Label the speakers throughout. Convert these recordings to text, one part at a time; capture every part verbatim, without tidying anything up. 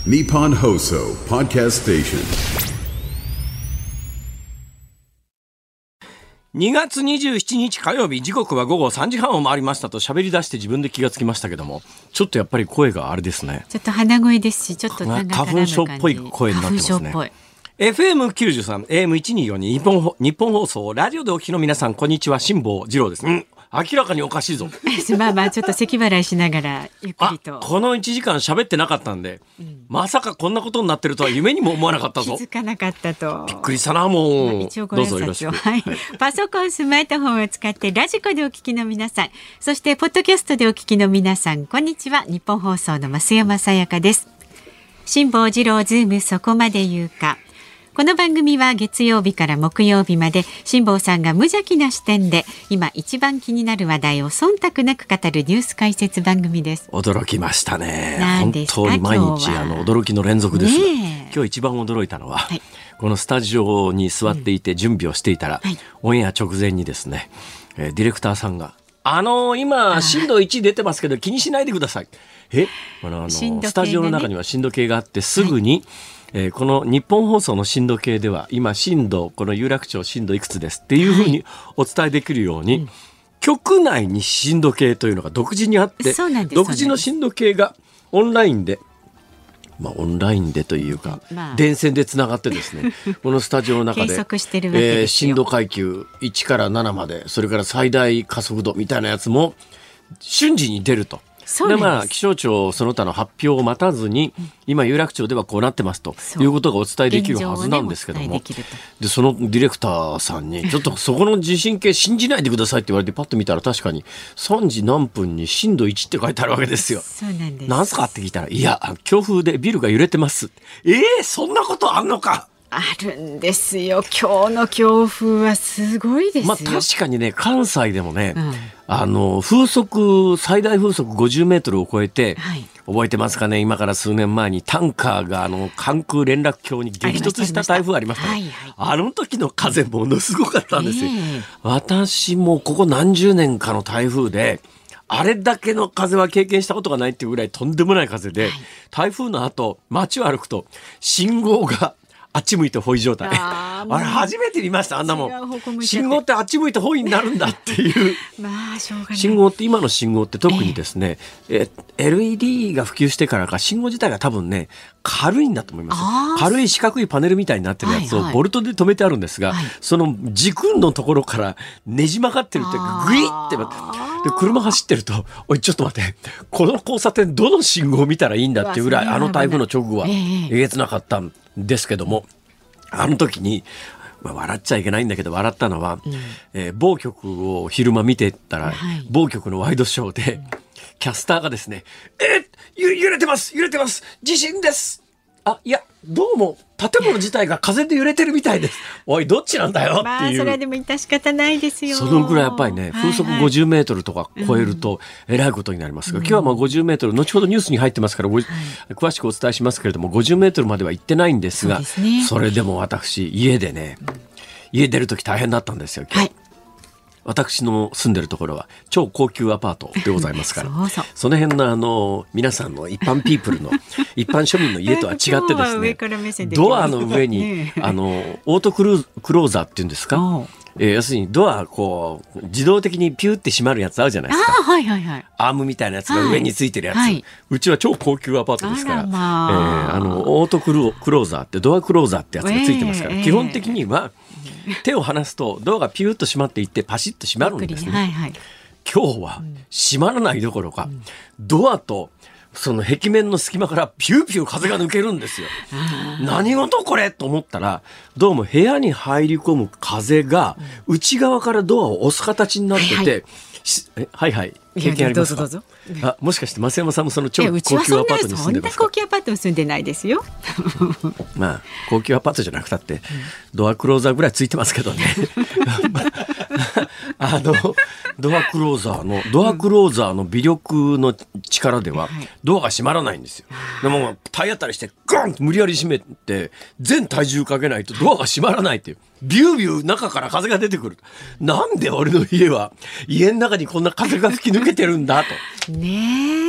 Speaker 1: Nippon Hoso Podcast Station。
Speaker 2: にがつにじゅうしちにち火曜日、時刻は午後さんじはんを回りましたと喋り出して自分で気がつきましたけども、ちょっとやっぱり声があれですね、
Speaker 3: ちょっと鼻声ですし、ちょっとなんか
Speaker 2: 花粉症っぽい声になってますね。 エフエムきゅうじゅうさん エーエムせんにひゃくにじゅうさん 日本、日本放送ラジオでお聞きの皆さん、こんにちは、辛坊治郎です。うん、明らかにおかしいぞ
Speaker 3: まあまあちょっと咳払いしながらゆっくりと。
Speaker 2: あ、このいちじかん喋ってなかったんで、うん、まさかこんなことになってるとは夢にも思わなかったぞ。
Speaker 3: 気づかなかったと。
Speaker 2: びっくりしたな。もう、まあ、
Speaker 3: 一応ご挨拶を、はいはい、パソコンスマートフォンを使ってラジコでお聞きの皆さん、そしてポッドキャストでお聞きの皆さん、こんにちは。日本放送の増山さやかです。辛坊治郎ズームそこまで言うか。この番組は月曜日から木曜日まで辛坊さんが無邪気な視点で今一番気になる話題を忖度なく語るニュース解説番組です。
Speaker 2: 驚きましたね。本当に毎日あの驚きの連続です、ね、今日一番驚いたのは、はい、このスタジオに座っていて準備をしていたら、うん、はい、オンエア直前にですね、えー、ディレクターさんがあのー、今震度いち出てますけど気にしないでください。えあのあの、ね、スタジオの中には震度計があってすぐに、はい、えー、この日本放送の震度計では今震度、この有楽町震度いくつですっていうふうにお伝えできるように、はい、うん、局内に震度計というのが独自にあって、独自の震度計がオンラインで、まあ、オンラインでというか、まあ、電線でつながってですねこのスタジオの中で
Speaker 3: 計測してるわけですよ、
Speaker 2: えー、震度階級いちからななまで、それから最大加速度みたいなやつも瞬時に出ると。で、まあ、気象庁その他の発表を待たずに、うん、今有楽町ではこうなってますということがお伝えできるはずなんですけども、ね、でそのディレクターさんにちょっとそこの地震計信じないでくださいって言われてパッと見たら確かにさんじ何分に震度いちって書いてあるわけですよ。
Speaker 3: そうなんです。
Speaker 2: なんすかって聞いたら、いや強風でビルが揺れてます。えー、そんなことあんのか。
Speaker 3: あるんですよ。今日の強風はすごいですよ。
Speaker 2: まあ、確かにね、関西でもね、うん、あの風速最大風速ごじゅうメートルを超えて、はい、覚えてますかね、今から数年前にタンカーがあの関空連絡橋に激突した台風ありましたね。はいはい、あの時の風ものすごかったんですよ、えー、私もここ何十年かの台風であれだけの風は経験したことがないっていうぐらいとんでもない風で、はい、台風の後街を歩くと信号があっち向いてホイ状態。 あ, あれ初めて見ました。あんなもん信号ってあっち向いてホイになるんだっていう
Speaker 3: まあしょうがない。
Speaker 2: 信号って今の信号って特にですね、えー、エルイーディー が普及してからか信号自体が多分ね軽いんだと思います。軽い四角いパネルみたいになってるやつをボルトで止めてあるんですが、はいはい、その軸のところからねじ曲がってるってグイッてで車走ってると、おいちょっと待って、この交差点どの信号を見たらいいんだっていうぐらいあの台風の直後はえげつなかったんですけども、あの時に、まあ、笑っちゃいけないんだけど笑ったのは、うん、えー、某局を昼間見てたら、はい、某局のワイドショーで、うん、キャスターがですね、えー、揺れてます揺れてます地震です、あ、いやどうも建物自体が風で揺れてるみたいですおいどっちなんだよっていう、まあ、
Speaker 3: それでも致し方ないですよ。
Speaker 2: そのぐらいやっぱりね、風速ごじゅうメートルとか超えるとえらいことになりますが、うん、今日はまあごじゅうメートル、後ほどニュースに入ってますから、はい、詳しくお伝えしますけれども、ごじゅうメートルまでは行ってないんですが、 そ, ね、それでも私家でね、うん、家出るとき大変だったんですよ今日、はい、私の住んでるところは超高級アパートでございますからそうそう、その辺のあの皆さんの一般ピープルの一般庶民の家とは違ってですねドアの上にあのオートクルークローザーっていうんですか、えー、要するにドアこう自動的にピューって閉まるやつあるじゃないですか。
Speaker 3: あ、はいはいはい、
Speaker 2: アームみたいなやつが上についてるやつ、はいはい、うちは超高級アパートですから、あ、
Speaker 3: ま
Speaker 2: あ、えー、あのオートクローザーってドアクローザーってやつがついてますから、えー、基本的には手を離すとドアがピューッと閉まっていってパシッと閉まるんですね、はいはい、今日は閉まらないどころか、うん、ドアとその壁面の隙間からピューピュー風が抜けるんですよ。何事これと思ったら、どうも部屋に入り込む風が内側からドアを押す形になってて、はいはい、えはいはい経験ありますか。どうぞどうぞ。あ、もしかして増山さんもその超高級アパートに住んでますか。
Speaker 3: そんな高級アパートに住んでないですよ
Speaker 2: まあ高級アパートじゃなくたって、うん、ドアクローザーぐらいついてますけどねあのドアクローザーのドアクローザーの微力の力ではドアが閉まらないんですよ。でも体当たりしてゴンと無理やり閉めて全体重かけないとドアが閉まらないっていう、ビュービュー中から風が出てくる。なんで俺の家は家の中にこんな風が吹き抜けてるんだと
Speaker 3: ね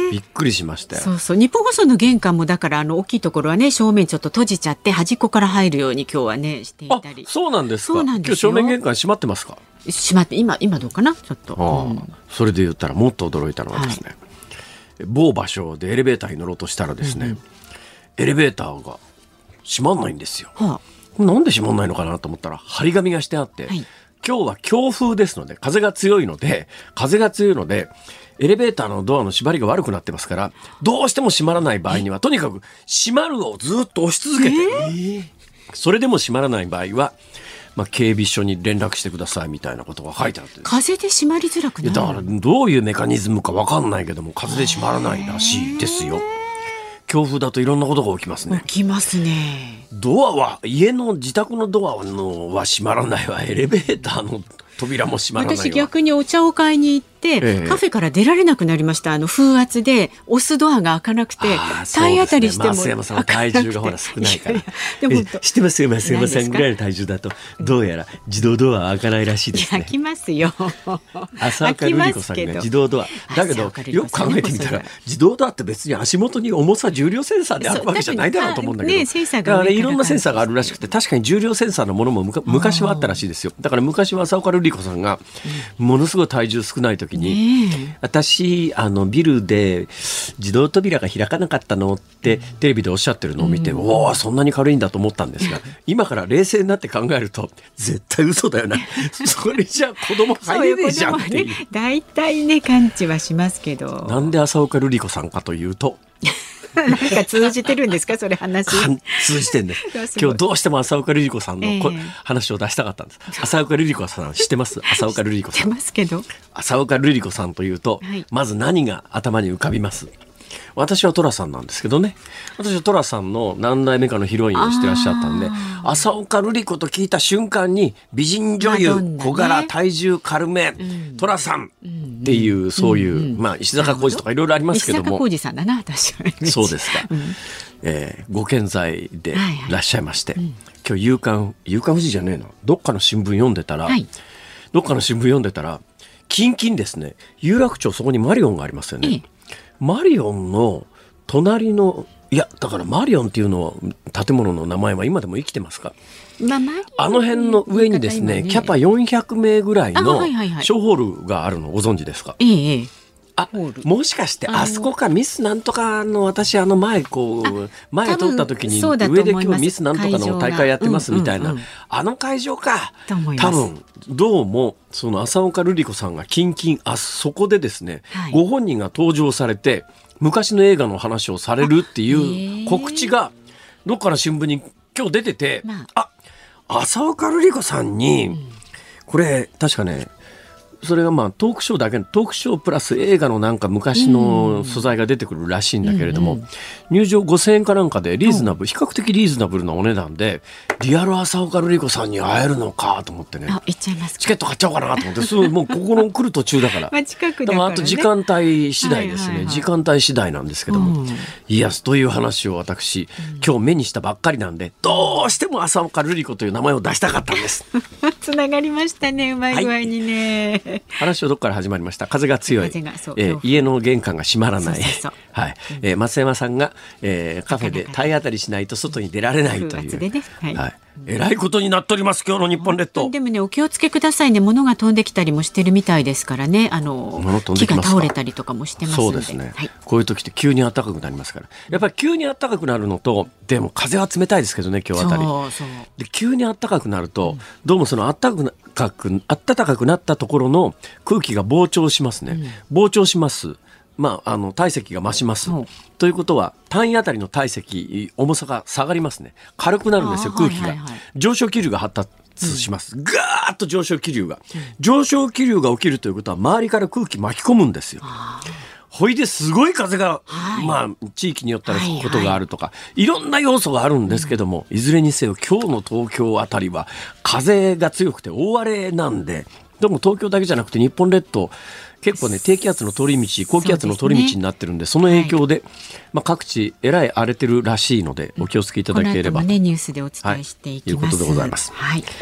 Speaker 2: びっくりしましたよ。
Speaker 3: そうそう、日本放送の玄関もだからあの大きいところはね、正面ちょっと閉じちゃって端っこから入るように今日はねしていたり。
Speaker 2: あ、そうなんですか。
Speaker 3: そうなんですよ。
Speaker 2: 今日正面玄関閉まってますか。
Speaker 3: 閉まって、今今どうかなちょっと、
Speaker 2: うん、それで言ったらもっと驚いたのはですね、はい、某場所でエレベーターに乗ろうとしたらですね、うんうん、エレベーターが閉まんないんですよ、はあ、なんで閉まんないのかなと思ったら張り紙がしてあって、はい、今日は強風ですので風が強いので風が強いのでエレベーターのドアの縛りが悪くなってますから、どうしても閉まらない場合にはとにかく閉まるをずっと押し続けて、えー、それでも閉まらない場合は、まあ、警備署に連絡してくださいみたいなことが書いてあって、
Speaker 3: 風で閉まりづらくなる。
Speaker 2: だからどういうメカニズムか分かんないけども風で閉まらないらしいですよ。強風だといろんなことが起きますね。
Speaker 3: 起きますね。
Speaker 2: ドアは家の自宅のドアのは閉まらないわ、エレベーターの扉も閉まらないわ。
Speaker 3: 私逆にお茶を買いに行って、ええ、カフェから出られなくなりました。あの風圧で押すドアが開かなくて、体当たりしても、ね、
Speaker 2: 増山さんは体重がほら少ないから。いやいやでも知ってますよ、増山さんぐらいの体重だとどうやら自動ドアは開かないらしいですね。
Speaker 3: 開きますよ。
Speaker 2: 浅岡瑠璃子さんが自動ドアだけど、よく考えてみたら自動ドアって別に足元に重さ重量センサーであるわけじゃないだろうと思うんだけど、ね、だから、ね、いろんなセンサーがあるらしくて、確かに重量センサーのものもむか昔はあったらしいですよ。だから昔は浅岡瑠璃子さんがものすごい体重少ない時に、ね、私あのビルで自動扉が開かなかったのってテレビでおっしゃってるのを見て、うん、おーそんなに軽いんだと思ったんですが、今から冷静になって考えると絶対嘘だよなそれじゃ子供入れねえじゃんっていう。
Speaker 3: だいたいね感知はしますけど、
Speaker 2: なんで浅岡瑠璃子さんかというと
Speaker 3: なんか通じてるんですかそれ話。
Speaker 2: 通じてるんです。今日どうしても浅岡瑠璃子さんの、えー、話を出したかったんです。浅岡瑠璃子さん知ってます？浅岡瑠璃子さん。知ってますけど。浅岡瑠璃子さんというと、はい、まず何が頭に浮かびます？私は寅さんなんですけどね。私は寅さんの何代目かのヒロインをしてらっしゃったんで、浅岡瑠璃子と聞いた瞬間に美人女優、ね、小柄体重軽め、うん、寅さんっていう、うん、そういう、うんうん、まあ石坂浩二とかいろいろありますけども、石
Speaker 3: 坂浩二さんだな確かに。
Speaker 2: そうですか、うんえー、ご健在でいらっしゃいまして、はいはい、今日夕刊夕刊富士じゃねえなどっかの新聞読んでたら、はい、どっかの新聞読んでたらキンキンですね。有楽町そこにマリオンがありますよね、ええ、マリオンの隣のいやだからマリオンっていうのは建物の名前は今でも生きてますか？まあ、あの辺の上にですね、ねキャパよんひゃくめいぐらいの小ホールがあるのご存知ですか？ええ、あもしかしてあそこかミスなんとかの私あの前こう前通った時に上で今日ミスなんとかの大会やってますみたいな、うんうんうん、あの会場か多分どうもその浅岡瑠璃子さんがキンキンあそこでですね、はい、ご本人が登場されて昔の映画の話をされるっていう告知がどっかの新聞に今日出てて、まあ、あ浅岡瑠璃子さんに、うん、これ確かねそれがまあトークショーだけのトークショープラス映画のなんか昔の素材が出てくるらしいんだけれども、うんうん、入場ごせんえんかなんかでリーズナブル、うん、比較的リーズナブルなお値段でリアル浅岡瑠璃子さんに会えるのかと思ってね、
Speaker 3: あ行っちゃいますか。チ
Speaker 2: ケット買っちゃおうかなと思ってすぐもうここの来る途中だから
Speaker 3: まあ近くだからね、
Speaker 2: あと時間帯次第ですね、はいはいはい、時間帯次第なんですけども、うん、いやという話を私、うん、今日目にしたばっかりなんでどうしても浅岡瑠璃子という名前を出したかったんです
Speaker 3: つながりましたねうまい具合にね、はい、
Speaker 2: 話はどこから始まりました？風が強い、えー、家の玄関が閉まらない、増山さんが、えー、カフェで体当たりしないと外に出られないという、ねはいはい、えらいことになっております今日の日本列島。
Speaker 3: でもねお気をつけくださいね。物が飛んできたりもしてるみたいですからね。あの木が倒れたりとかもしてますので。
Speaker 2: そうですね、はい、こういう時って急に暖かくなりますからやっぱり急に暖かくなるのとでも風は冷たいですけどね今日あたりそうそうで急に暖かくなると、うん、どうもその暖かくな暖かくなったところの空気が膨張しますね、うん、膨張します。まあ、あの体積が増します、うん、ということは単位あたりの体積重さが下がりますね。軽くなるんですよ空気が、はいはいはい、上昇気流が発達します、うん、ガーッと上昇気流が、うん、上昇気流が起きるということは周りから空気巻き込むんですよ。ほいですごい風が、はい、まあ地域によっては吹くことがあるとか、はいはい、いろんな要素があるんですけども、うん、いずれにせよ今日の東京あたりは風が強くて大荒れなんで、でも東京だけじゃなくて日本列島結構ね低気圧の通り道高気圧の通り道になってるんで、その影響で、はいまあ、各地えらい荒れてるらしいのでお気をつけいただければ、
Speaker 3: この後もねニュースでお伝えしていきます、
Speaker 2: はい、いうことでございます、
Speaker 3: はい、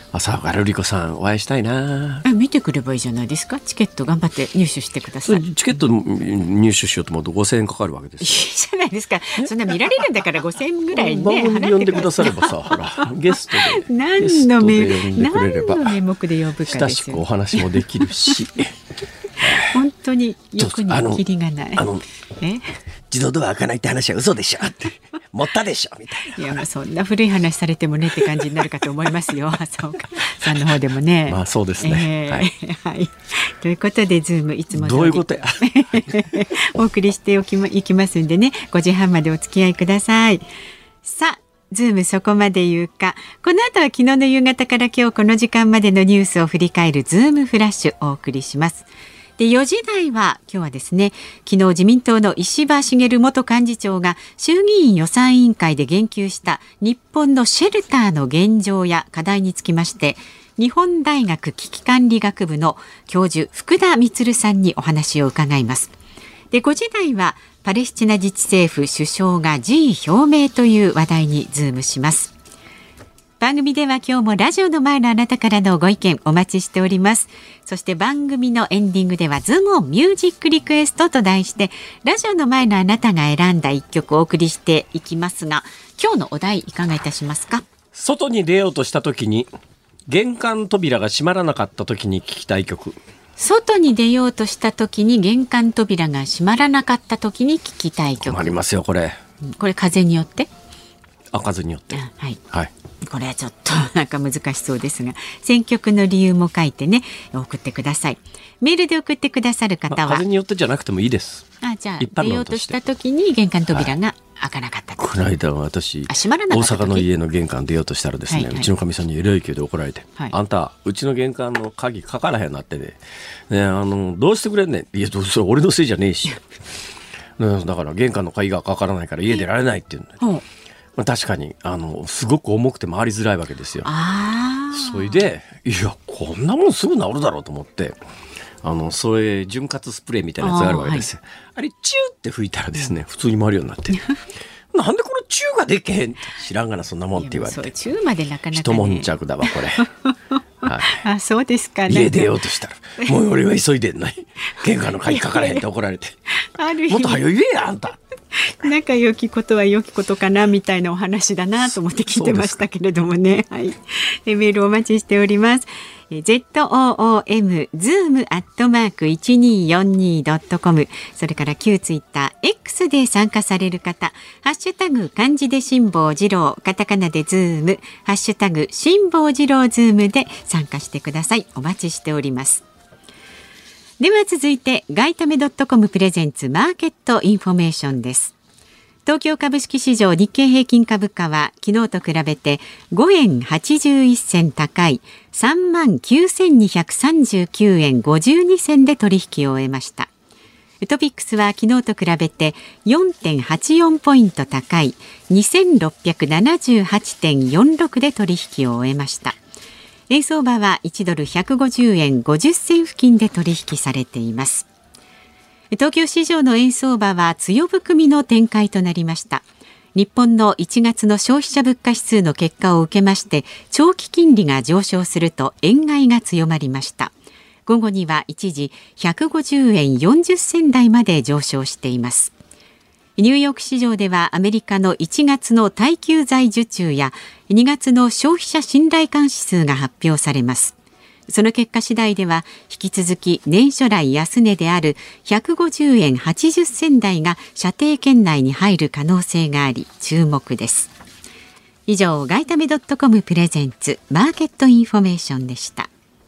Speaker 2: 浅岡瑠璃子さんお会いしたいな。
Speaker 3: え見てくればいいじゃないですか。チケット頑張って入手してください。
Speaker 2: チケット入手しようと思うとごせんえんかかるわけです。
Speaker 3: いいじゃないですか。そんな見られるんだからごせんえんぐらいね
Speaker 2: 番組に呼んでくださればさほらゲストで
Speaker 3: 何の名
Speaker 2: 何
Speaker 3: の名目で呼ぶかですよ。
Speaker 2: 親しくお話もできるし
Speaker 3: 本当に欲にキリがない。
Speaker 2: あのえ自動ドア開かないって話は嘘でしょって持ったでしょみたいな。
Speaker 3: いやもうそんな古い話されてもねって感じになるかと思いますよそうかさんの方でもね。
Speaker 2: まあそうですね、
Speaker 3: えーはいはい、ということでズームいつも
Speaker 2: どういうことや
Speaker 3: お送りしておきまいきますんでねごじはんまでお付き合いください。さあズームそこまで言うか。この後は昨日の夕方から今日この時間までのニュースを振り返るズームフラッシュお送りします。でよじ台は今日はですね昨日自民党の石破茂元幹事長が衆議院予算委員会で言及した日本のシェルターの現状や課題につきまして日本大学危機管理学部の教授福田充さんにお話を伺います。でごじ台はパレスチナ自治政府首相が辞意表明という話題にズームします。番組では今日もラジオの前のあなたからのご意見お待ちしております。そして番組のエンディングではズームオンミュージックリクエストと題してラジオの前のあなたが選んだ一曲をお送りしていきますが今日のお題いかがいたしますか。
Speaker 2: 外に出ようとした時に玄関扉が閉まらなかった時に聞きたい曲。
Speaker 3: 外に出ようとした時に玄関扉が閉まらなかった時に聞きたい曲。
Speaker 2: 困りますよこれ。
Speaker 3: これ風によって
Speaker 2: あ風によって、
Speaker 3: はい、
Speaker 2: はい、
Speaker 3: これはちょっとなんか難しそうですが選曲の理由も書いてね送ってください。メールで送ってくださる方は、
Speaker 2: まあ、風によってじゃなくてもいいです。
Speaker 3: あじゃあ出ようとした時に玄関扉が開かなかった時、
Speaker 2: はい、この間私
Speaker 3: あ閉まらなかった時
Speaker 2: 大阪の家の玄関出ようとしたらですね、はいはい、うちのかみさんにえらい勢いで怒られて、はい、あんたうちの玄関の鍵かからへんなってね、ねあのどうしてくれんねん。いやそれ俺のせいじゃねえしね、だから玄関の鍵がかからないから家出られないっていうの、ねまあ、確かにあのすごく重くて回りづらいわけですよ。
Speaker 3: あ
Speaker 2: それでいやこんなもんすぐ治るだろうと思ってあのそれ潤滑スプレーみたいなやつがあるわけですよ。 あ,、はい、あれチューって吹いたらですね普通に回るようになってなんでこのチューがでけへんって知らんがなそんなもんって言われて
Speaker 3: チューまでなかなか、ね、
Speaker 2: 一悶着だわこれはい、
Speaker 3: あそうですか。
Speaker 2: 家出ようとしたらもう俺は急いでんのに玄関の鍵かからへんって怒られてあるもっと早い言えやあんた
Speaker 3: 仲良きことは良きことかなみたいなお話だなと思って聞いてましたけれどもね、はい、メールお待ちしております。 ズーム ズーム アットマーク いちにーよんにー ドットコム それから旧ツイッター X で参加される方ハッシュタグ漢字で辛坊治郎カタカナでズームハッシュタグ辛坊治郎ズームで参加してください。お待ちしております。では続いて外為 .com プレゼンツマーケットインフォメーションです。東京株式市場日経平均株価は昨日と比べてごえんはちじゅういっせん高い さんまんきゅうせんにひゃくさんじゅうきゅうえんごじゅうにせんで取引を終えました。トピックスは昨日と比べて よんてんはちよん ポイント高い にせんろっぴゃくななじゅうはちてんよんろく で取引を終えました。円相場はいちドルひゃくごじゅうえんごじゅっせん付近で取引されています。東京市場の円相場は強含みの展開となりました。日本のいちがつの消費者物価指数の結果を受けまして長期金利が上昇すると円買いが強まりました。午後には一時ひゃくごじゅうえんよんじゅっせん台まで上昇しています。ニューヨーク市場ではアメリカのいちがつの耐久財受注やにがつの消費者信頼感指数が発表されます。その結果次第では引き続き年初来安値であるひゃくごじゅうえんはちじゅっせん台が射程圏内に入る可能性があり注目です。以上外為 .com プレゼンツマーケットインフォメーションでした。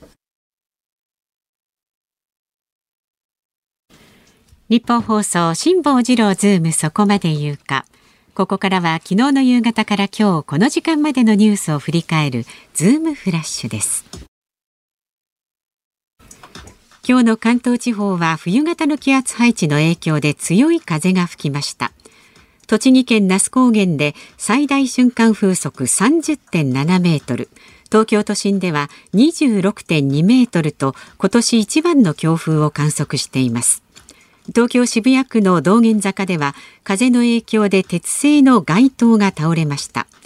Speaker 3: 日本放送辛坊治郎ズームそこまで言うか。ここからは昨日の夕方から今日この時間までのニュースを振り返るズームフラッシュです。今日の関東地方は冬型の気圧配置の影響で強い風が吹きました。栃木県那須高原で最大瞬間風速 さんじゅってんなな メートル、東京都心では にじゅうろくてんに メートルと今年一番の強風を観測しています。東京渋谷区の道玄坂では風の影響で鉄製の街灯が倒れました。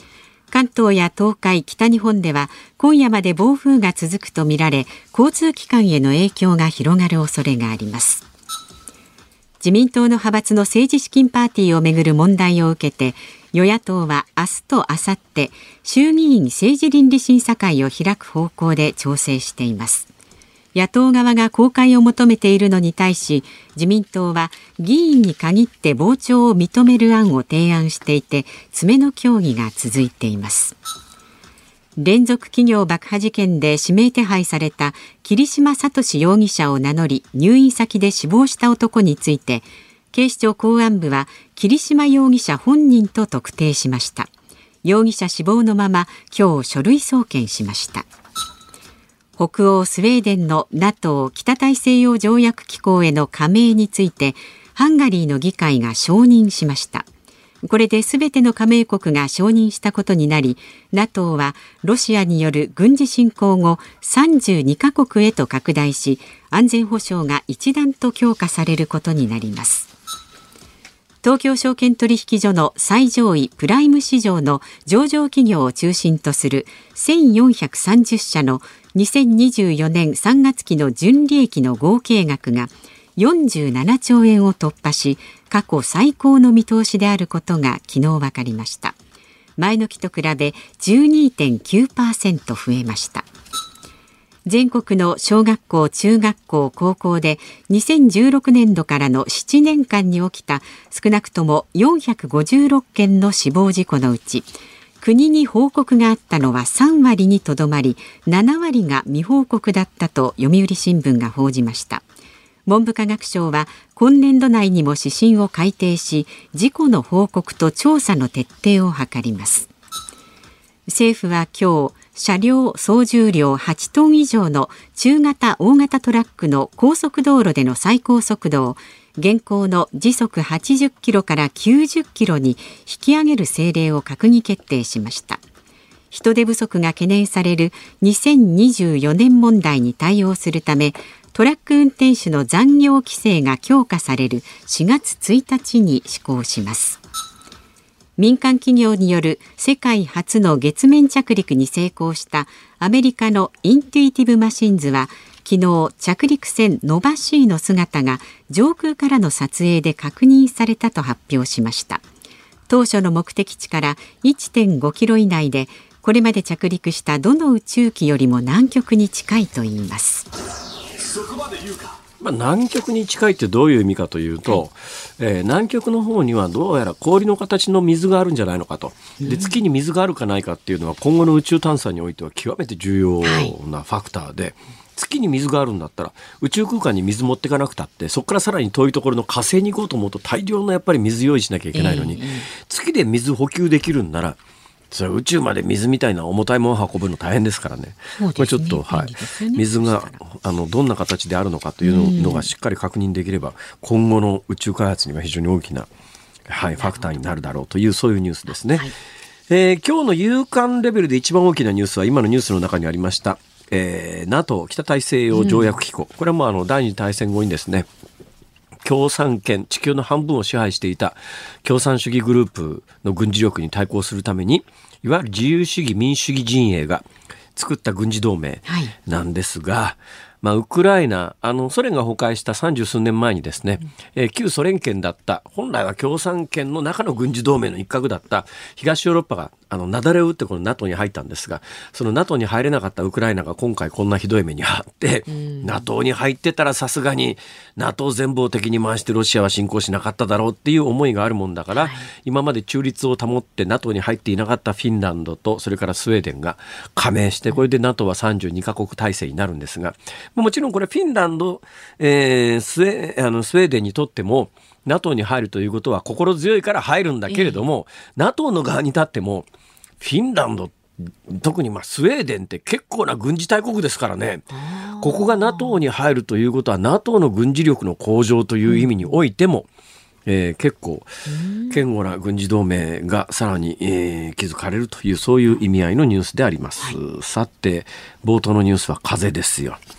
Speaker 3: 関東や東海、北日本では今夜まで暴風が続くとみられ、交通機関への影響が広がる恐れがあります。自民党の派閥の政治資金パーティーをめぐる問題を受けて、与野党は明日と明後日、衆議院政治倫理審査会を開く方向で調整しています。野党側が公開を求めているのに対し、自民党は議員に限って傍聴を認める案を提案していて、詰めの協議が続いています。連続企業爆破事件で指名手配された桐島聡容疑者を名乗り、入院先で死亡した男について、警視庁公安部は桐島容疑者本人と特定しました。容疑者死亡のまま今日書類送検しました。北欧スウェーデンの ナトー 北大西洋条約機構への加盟について、ハンガリーの議会が承認しました。これで全ての加盟国が承認したことになり、 ナトー はロシアによる軍事侵攻後さんじゅうにカ国へと拡大し、安全保障が一段と強化されることになります。東京証券取引所の最上位プライム市場の上場企業を中心とするせんよんひゃくさんじゅっしゃのにせんにじゅうよねんさんがつ期の純利益の合計額がよんじゅうななちょうえんを突破し、過去最高の見通しであることが昨日分かりました。前の期と比べ じゅうにてんきゅうパーセント 増えました。全国の小学校、中学校、高校でにせんじゅうろくねんどからのななねんかんに起きた少なくともよんひゃくごじゅうろっけんの死亡事故のうち、国に報告があったのはさんわりにとどまり、ななわりが未報告だったと読売新聞が報じました。文部科学省は今年度内にも指針を改定し、事故の報告と調査の徹底を図ります。政府は今日、車両総重量はちトン以上の中型大型トラックの高速道路での最高速度を現行の時速はちじゅっキロからきゅうじゅっキロに引き上げる政令を閣議決定しました。人手不足が懸念されるにせんにじゅうよねん問題に対応するため、トラック運転手の残業規制が強化されるしがつついたちに施行します。民間企業による世界初の月面着陸に成功したアメリカのインテュイティブマシンズは、昨日着陸船ノバシーの姿が上空からの撮影で確認されたと発表しました。当初の目的地から いってんごキロ以内で、これまで着陸したどの宇宙機よりも南極に近いといいます。
Speaker 2: そこまで言うか。まあ、南極に近いってどういう意味かというと、はい、えー、南極の方にはどうやら氷の形の水があるんじゃないのかと。で、月に水があるかないかっていうのは今後の宇宙探査においては極めて重要なファクターで、はい、月に水があるんだったら宇宙空間に水持っていかなくたって、そこからさらに遠いところの火星に行こうと思うと大量のやっぱり水用意しなきゃいけないのに、えー、月で水補給できるんなら、それ宇宙まで水みたいな重たいものを運ぶの大変ですからね。これちょっと、はい、水があのどんな形であるのかというのがしっかり確認できれば、今後の宇宙開発には非常に大きな、はい、ファクターになるだろうという、そういうニュースですね。はい、えー、今日の夕刊レベルで一番大きなニュースは今のニュースの中にありました、えー、ナトー 北大西洋条約機構、うん、これはもうあの第二次大戦後にですね、共産圏、地球の半分を支配していた共産主義グループの軍事力に対抗するために、いわゆる自由主義民主主義陣営が作った軍事同盟なんですが、はい、まあ、ウクライナ、あのソ連が崩壊した三十数年前にですね、うん、えー、旧ソ連圏だった本来は共産圏の中の軍事同盟の一角だった東ヨーロッパがあの雪崩を打ってこの ナトー に入ったんですが、その ナトー に入れなかったウクライナが今回こんなひどい目に遭って、うん、ナトー に入ってたらさすがに ナトー 全貌的に回してロシアは侵攻しなかっただろうっていう思いがあるもんだから、はい、今まで中立を保って ナトー に入っていなかったフィンランドとそれからスウェーデンが加盟して、これで ナトー はさんじゅうにカ国体制になるんですが、もちろんこれフィンランド、えー、スウェ、あのスウェーデンにとっても ナトー に入るということは心強いから入るんだけれども、えー、ナトー の側に立ってもフィンランド、特にまあスウェーデンって結構な軍事大国ですからね、ここが ナトー に入るということは ナトー の軍事力の向上という意味においても、えー、結構堅固な軍事同盟がさらに、えー、築かれるという、そういう意味合いのニュースであります。はい、さて冒頭のニュースは風ですよ。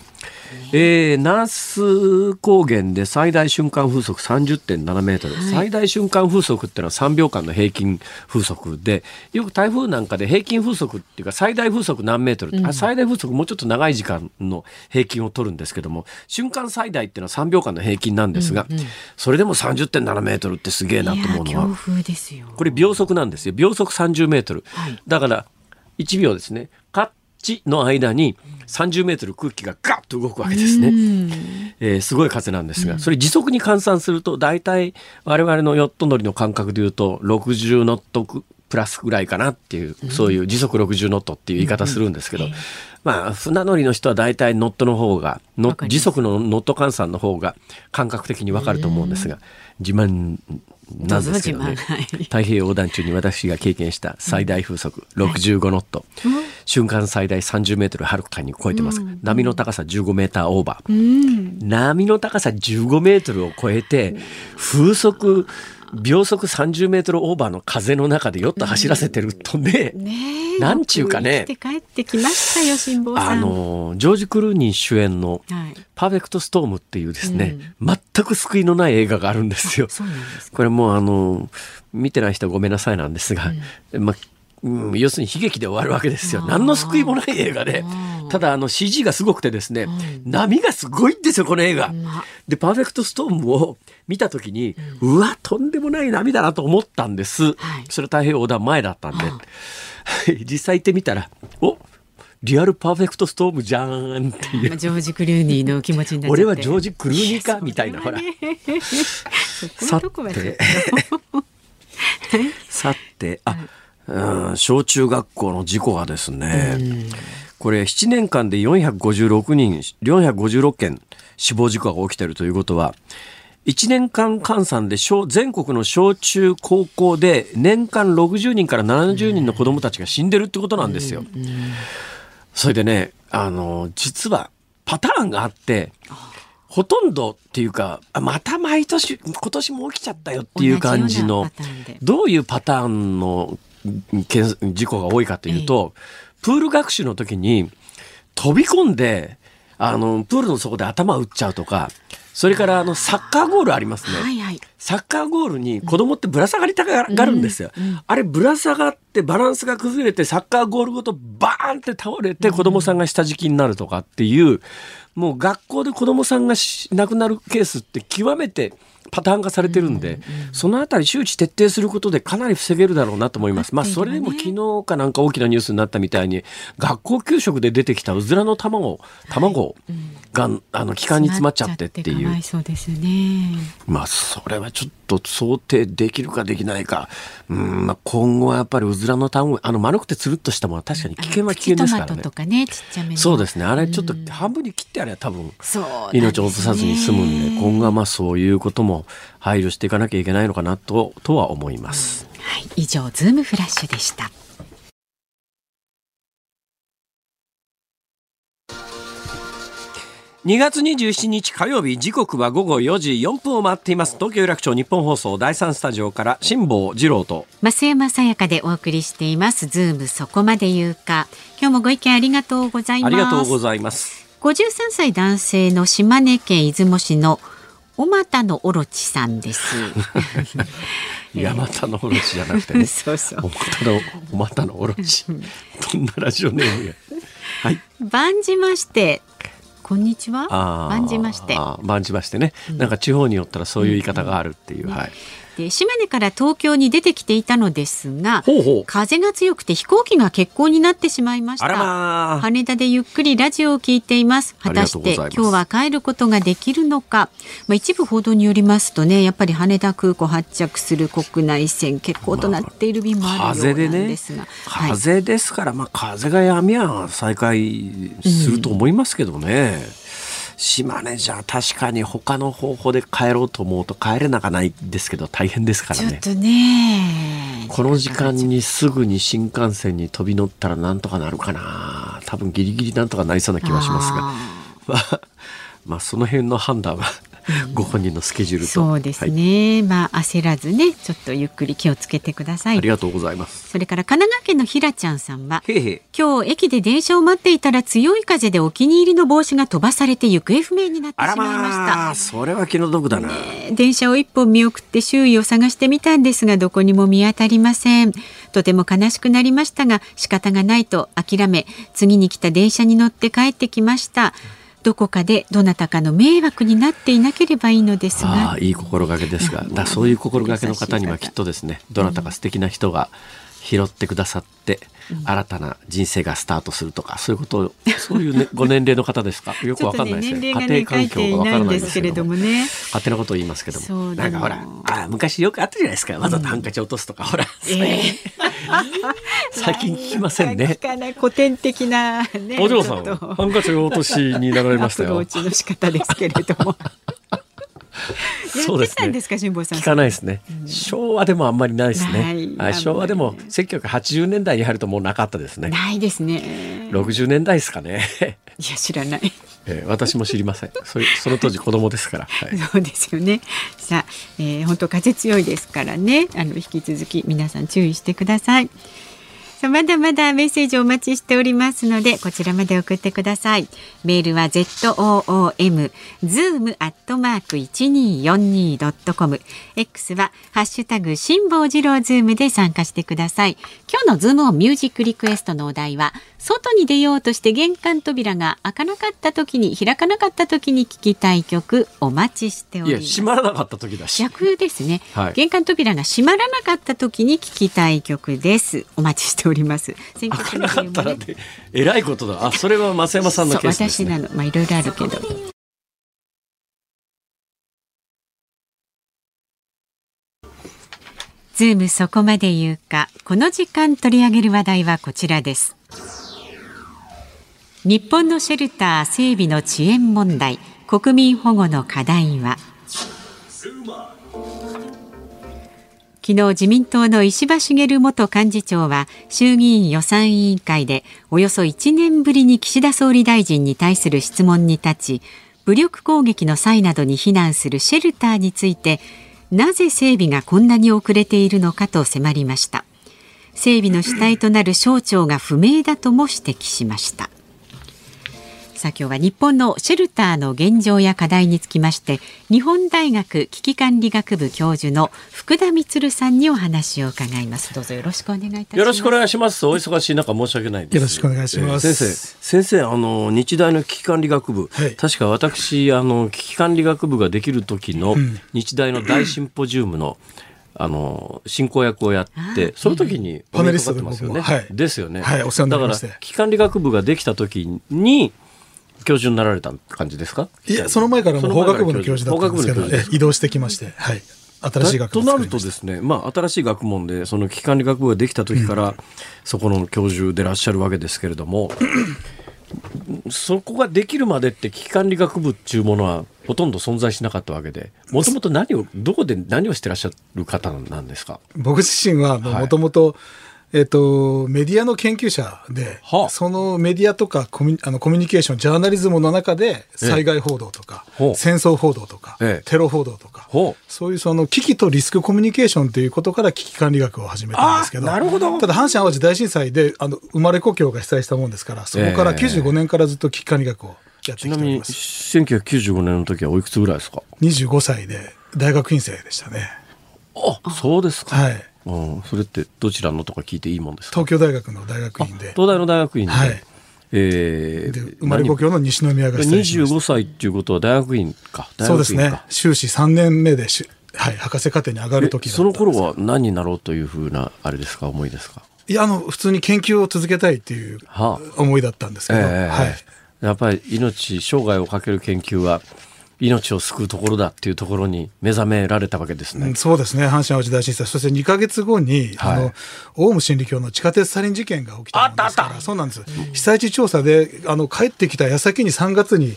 Speaker 2: えー、ナース高原で最大瞬間風速 さんじゅってんななメートル、はい、最大瞬間風速っていうのはさんびょうかんの平均風速で、よく台風なんかで平均風速っていうか最大風速何メートル、うん、あ最大風速もうちょっと長い時間の平均を取るんですけども、瞬間最大っていうのはさんびょうかんの平均なんですが、うんうん、それでも さんじゅってんななメートルってすげえなと思うのは、
Speaker 3: 強風ですよ。
Speaker 2: これ秒速なんですよ。秒速さんじゅうメートル、はい、だからいちびょうですね。カッチの間にさんじゅうメートル空気がガッと動くわけですね、えー、すごい風なんですが、それ時速に換算するとだいたい我々のヨット乗りの感覚でいうとろくじゅうノットプラスぐらいかなっていう、そういう時速ろくじゅうノットっていう言い方するんですけど、まあ船乗りの人はだいたいノットの方がの時速のノット換算の方が感覚的に分かると思うんですが、自慢なんですけどね、はい、太平洋横断中に私が経験した最大風速ろくじゅうごノット、はい、瞬間最大さんじゅうメートルはるかに超えてます、うん、波の高さじゅうごメーターオーバー、うん、波の高さじゅうごメートルを超えて風速秒速さんじゅうメートルオーバーの風の中でヨット走らせてるとね、うん、ねなんちゅうかね、
Speaker 3: 生きて帰ってきましたよ辛坊さん。
Speaker 2: あのジョージ・クルーニー主演のパーフェクトストームっていうですね、うん、全く救いのない映画があるんですよ。
Speaker 3: そうなんですか。
Speaker 2: これもうあの見てない人はごめんなさいなんですが、うんまうん、要するに悲劇で終わるわけですよ。何の救いもない映画で、ただあの シージー がすごくてですね、うん、波がすごいんですよこの映画、うん、でパーフェクトストームを見た時に、うん、うわとんでもない波だなと思ったんです、はい、それ太平洋横断前だったんで、うん実際行ってみたらおリアルパーフェクトストームじゃんっていう、
Speaker 3: ジョージ・クルーニーの気持ちになっちゃって、
Speaker 2: 俺はジョージ・クルーニーかみたいな、ほらさてさてあ、うん、小中学校の事故がですね、これななねんかんでよんひゃくごじゅうろくにんよんひゃくごじゅうろっけん死亡事故が起きているということは、いちねんかん換算で小全国の小中高校で年間ろくじゅうにんからななじゅうにんの子どもたちが死んでるってことなんですよ。それでね、あの実はパターンがあって、ほとんどっていうかまた毎年今年も起きちゃったよっていう感じの、どういうパターンの事故が多いかというと、ええ、プール学習の時に飛び込んであのプールの底で頭を打っちゃうとか、それからあのサッカーゴールありますね、はいはい、サッカーゴールに子供ってぶら下がりたがるんですよ、うんうん、あれぶら下がってバランスが崩れてサッカーゴールごとバーンって倒れて子供さんが下敷きになるとかっていう、もう学校で子供さんが亡くなるケースって極めてパターン化されてるんで、うんうん、そのあたり周知徹底することでかなり防げるだろうなと思います。まあそれでも昨日かなんか大きなニュースになったみたいに、学校給食で出てきたうずらの卵卵が、はい、あの気管に詰まっちゃってっていう、
Speaker 3: かわいそうですね。
Speaker 2: まあそれはちょっと想定できるかできないか、うん、まあ、今後はやっぱりうずらの卵、あの丸くてつるっとしたものは確かに危険は危険ですからね。
Speaker 3: プチトマトとかね、ちっちゃめの。
Speaker 2: そうですね、あれちょっと半分に切ってあれば多分命を落とさずに済むんで、今後はまあそういうことも配慮していかなきゃいけないのかなと、とは思います、
Speaker 3: うん、はい、以上ズームフラッシュでした。
Speaker 2: にがつにじゅうしちにち火曜日、時刻はごごよじよんぷんを回っています。東京有楽町日本放送だいさんスタジオから辛坊治郎と
Speaker 3: 増山さやかでお送りしていますズームそこまで言うか。今日もご意見ありがとうございます。
Speaker 2: ありがとうございます。
Speaker 3: ごじゅうさんさい男性の島根県出雲市のおまたのおろちさんです
Speaker 2: 山田のおろちじゃなくてね
Speaker 3: そうそう、
Speaker 2: おまたのおまたのおろちどんなラジオネームやはい、
Speaker 3: 番じましてこんにちは。番じまして
Speaker 2: 番じましてね、うん、なんか地方によったらそういう言い方があるっていう、うんうん、はい。
Speaker 3: で島根から東京に出てきていたのですが、
Speaker 2: ほうほう、
Speaker 3: 風が強くて飛行機が欠航になってしまいました。
Speaker 2: あらまあ、
Speaker 3: 羽田でゆっくりラジオを聞いています。果たして今日は帰ることができるのか。まあ、一部報道によりますとね、やっぱり羽田空港発着する国内線欠航となっている便もあるようなんですが、まあ、風でね、
Speaker 2: 風ですから、まあ、風がやみゃ再開すると思いますけどね、うん、島根じゃ確かに他の方法で帰ろうと思うと帰れなかないですけど大変ですからね。
Speaker 3: ちょっとね、
Speaker 2: この時間にすぐに新幹線に飛び乗ったらなんとかなるかな。多分ギリギリなんとかなりそうな気はしますが、まあ、まあその辺の判断はご本人のスケジュールと。
Speaker 3: そうですね、はい、まあ焦らずね、ちょっとゆっくり気をつけてください。
Speaker 2: ありがとうございます。
Speaker 3: それから神奈川県のひらちゃんさんは、
Speaker 2: へーへー、
Speaker 3: 今日駅で電車を待っていたら強い風でお気に入りの帽子が飛ばされて行方不明になってしまいました。
Speaker 2: あらまあ、それは気の毒だな、
Speaker 3: ね、電車を一本見送って周囲を探してみたんですがどこにも見当たりません。とても悲しくなりましたが仕方がないと諦め、次に来た電車に乗って帰ってきました。どこかでどなたかの迷惑になっていなければいいのですが。
Speaker 2: あ、いい心がけですが、だそういう心がけの方にはきっとですね、どなたか素敵な人が拾ってくださって、うん、新たな人生がスタートするとか、そういうことを、そういう、ね、ご年齢の方ですか、よくわかんないですね、
Speaker 3: ね、家庭環境がわからないですけれどもね、
Speaker 2: 勝手なことを言いますけども、
Speaker 3: なん
Speaker 2: かほら、あ、昔よくあったじゃないですか、わざとハンカチ落とすとか、うん、ほら、えー、最近聞きませんね。
Speaker 3: 古典的な、ね、
Speaker 2: お嬢さんハンカチ落としになられましたよ。
Speaker 3: アプローチの仕方ですけれども
Speaker 2: そうですね、
Speaker 3: やってたんですか、辛坊さん。
Speaker 2: 聞かないですね、うん、昭和でもあんまりないですね。
Speaker 3: ない、
Speaker 2: 昭和でもせんきゅうひゃくはちじゅうねんだいに入るともうなかったですね。
Speaker 3: ないですね。
Speaker 2: ろくじゅうねんだいですかね。
Speaker 3: いや知らない、
Speaker 2: えー、私も知りません。そ, その当時子供ですから、はい、
Speaker 3: そうですよね。さあ、えー、本当風強いですからね、あの引き続き皆さん注意してください。さあ、まだまだメッセージお待ちしておりますのでこちらまで送ってください。メールは ズーム アットマーク いちにーよんにー ドットコム、 X はハッシュタグ辛坊治郎ズームで参加してください。今日のズームオンミュージックリクエストのお題は、外に出ようとして玄関扉が開かなかった時に開かなかった時に聴きたい曲、お待ちしております。
Speaker 2: いや閉まらなかった時だし、
Speaker 3: 逆ですね、はい、玄関扉が閉まらなかった時に聴きたい曲です。お待ちしております。選挙区の理由もね、
Speaker 2: えらいことだ。あ、それは増山さんのケースですね。
Speaker 3: そう、私なの、まあいろいろあるけど。ズームそこまで言うか。この時間取り上げる話題はこちらです。日本のシェルター整備の遅延問題、国民保護の課題は。昨日自民党の石破茂元幹事長は衆議院予算委員会でおよそいちねんぶりに岸田総理大臣に対する質問に立ち、武力攻撃の際などに避難するシェルターについて、なぜ整備がこんなに遅れているのかと迫りました。整備の主体となる省庁が不明だとも指摘しました。さあ、今日は日本のシェルターの現状や課題につきまして、日本大学危機管理学部教授の福田充さんにお話を伺います。どうぞよろしくお願いいたします。
Speaker 2: よろしくお願いします。お忙しい中申し訳ないです。
Speaker 4: よろしくお願いします。
Speaker 2: えー、先生、先生、あの日大の危機管理学部、はい、確か私あの危機管理学部ができる時の日大の大シンポジウムの、うん、あの進行役をやって、その時に
Speaker 4: パネリストで僕も、はい、
Speaker 2: ですよね。
Speaker 4: はい、お世話になりまして。
Speaker 2: だから危機管理学部ができた時に教授になられた感じですか？
Speaker 4: いや、その前からも法学部の教授だったんですけど、え移動してきまして、はい、新しい学部
Speaker 2: となるとですね、まあ、新しい学問でその危機管理学部ができた時から、うん、そこの教授でらっしゃるわけですけれどもそこができるまでって危機管理学部っていうものはほとんど存在しなかったわけで、もともと何をどこで何をしてらっしゃる方なんですか？
Speaker 4: 僕自身はもともとえー、とメディアの研究者で、はあ、そのメディアとかコミュ、あのコミュニケーションジャーナリズムの中で災害報道とか、ええ、戦争報道とか、ええ、テロ報道とか、そういうその危機とリスクコミュニケーションということから危機管理学を始めたんですけど、
Speaker 2: なるほど。
Speaker 4: ただ阪神淡路大震災であの生まれ故郷が被災したもんですから、そこからきゅうじゅうごねんからずっと危機管理学をやってきております。
Speaker 2: ちなみにせんきゅうひゃくきゅうじゅうごねんの時はおいくつぐらいですか？
Speaker 4: にじゅうごさいで大学院生でしたね。
Speaker 2: あ、そうですか。
Speaker 4: はい。
Speaker 2: うん、それってどちらのとか聞いていいもんですか？
Speaker 4: 東京大学の大学院で。
Speaker 2: 東大の大学院で、はい、えー、
Speaker 4: で生まれ故郷の西宮が被災しました。
Speaker 2: にじゅうごさいっていうことは大学院か。大学院か。
Speaker 4: そうですね。修士さんねんめでし、はい、博士課程に上がる時だったんです。
Speaker 2: その頃は何になろうというふうなあれですか、思いですか？
Speaker 4: いや、あの普通に研究を続けたいっていう思いだったんですけど、はあえーはい、
Speaker 2: やっぱり命生涯をかける研究は命を救うところだっていうところに目覚められたわけですね。
Speaker 4: うん、そうですね。阪神淡路大震災、そしてにかげつごに、はい、あのオウム真理教の地下鉄サリン事件が起きたものですから。
Speaker 2: あったあった。
Speaker 4: そうなんです。うん、被災地調査であの帰ってきた矢先にさんがつに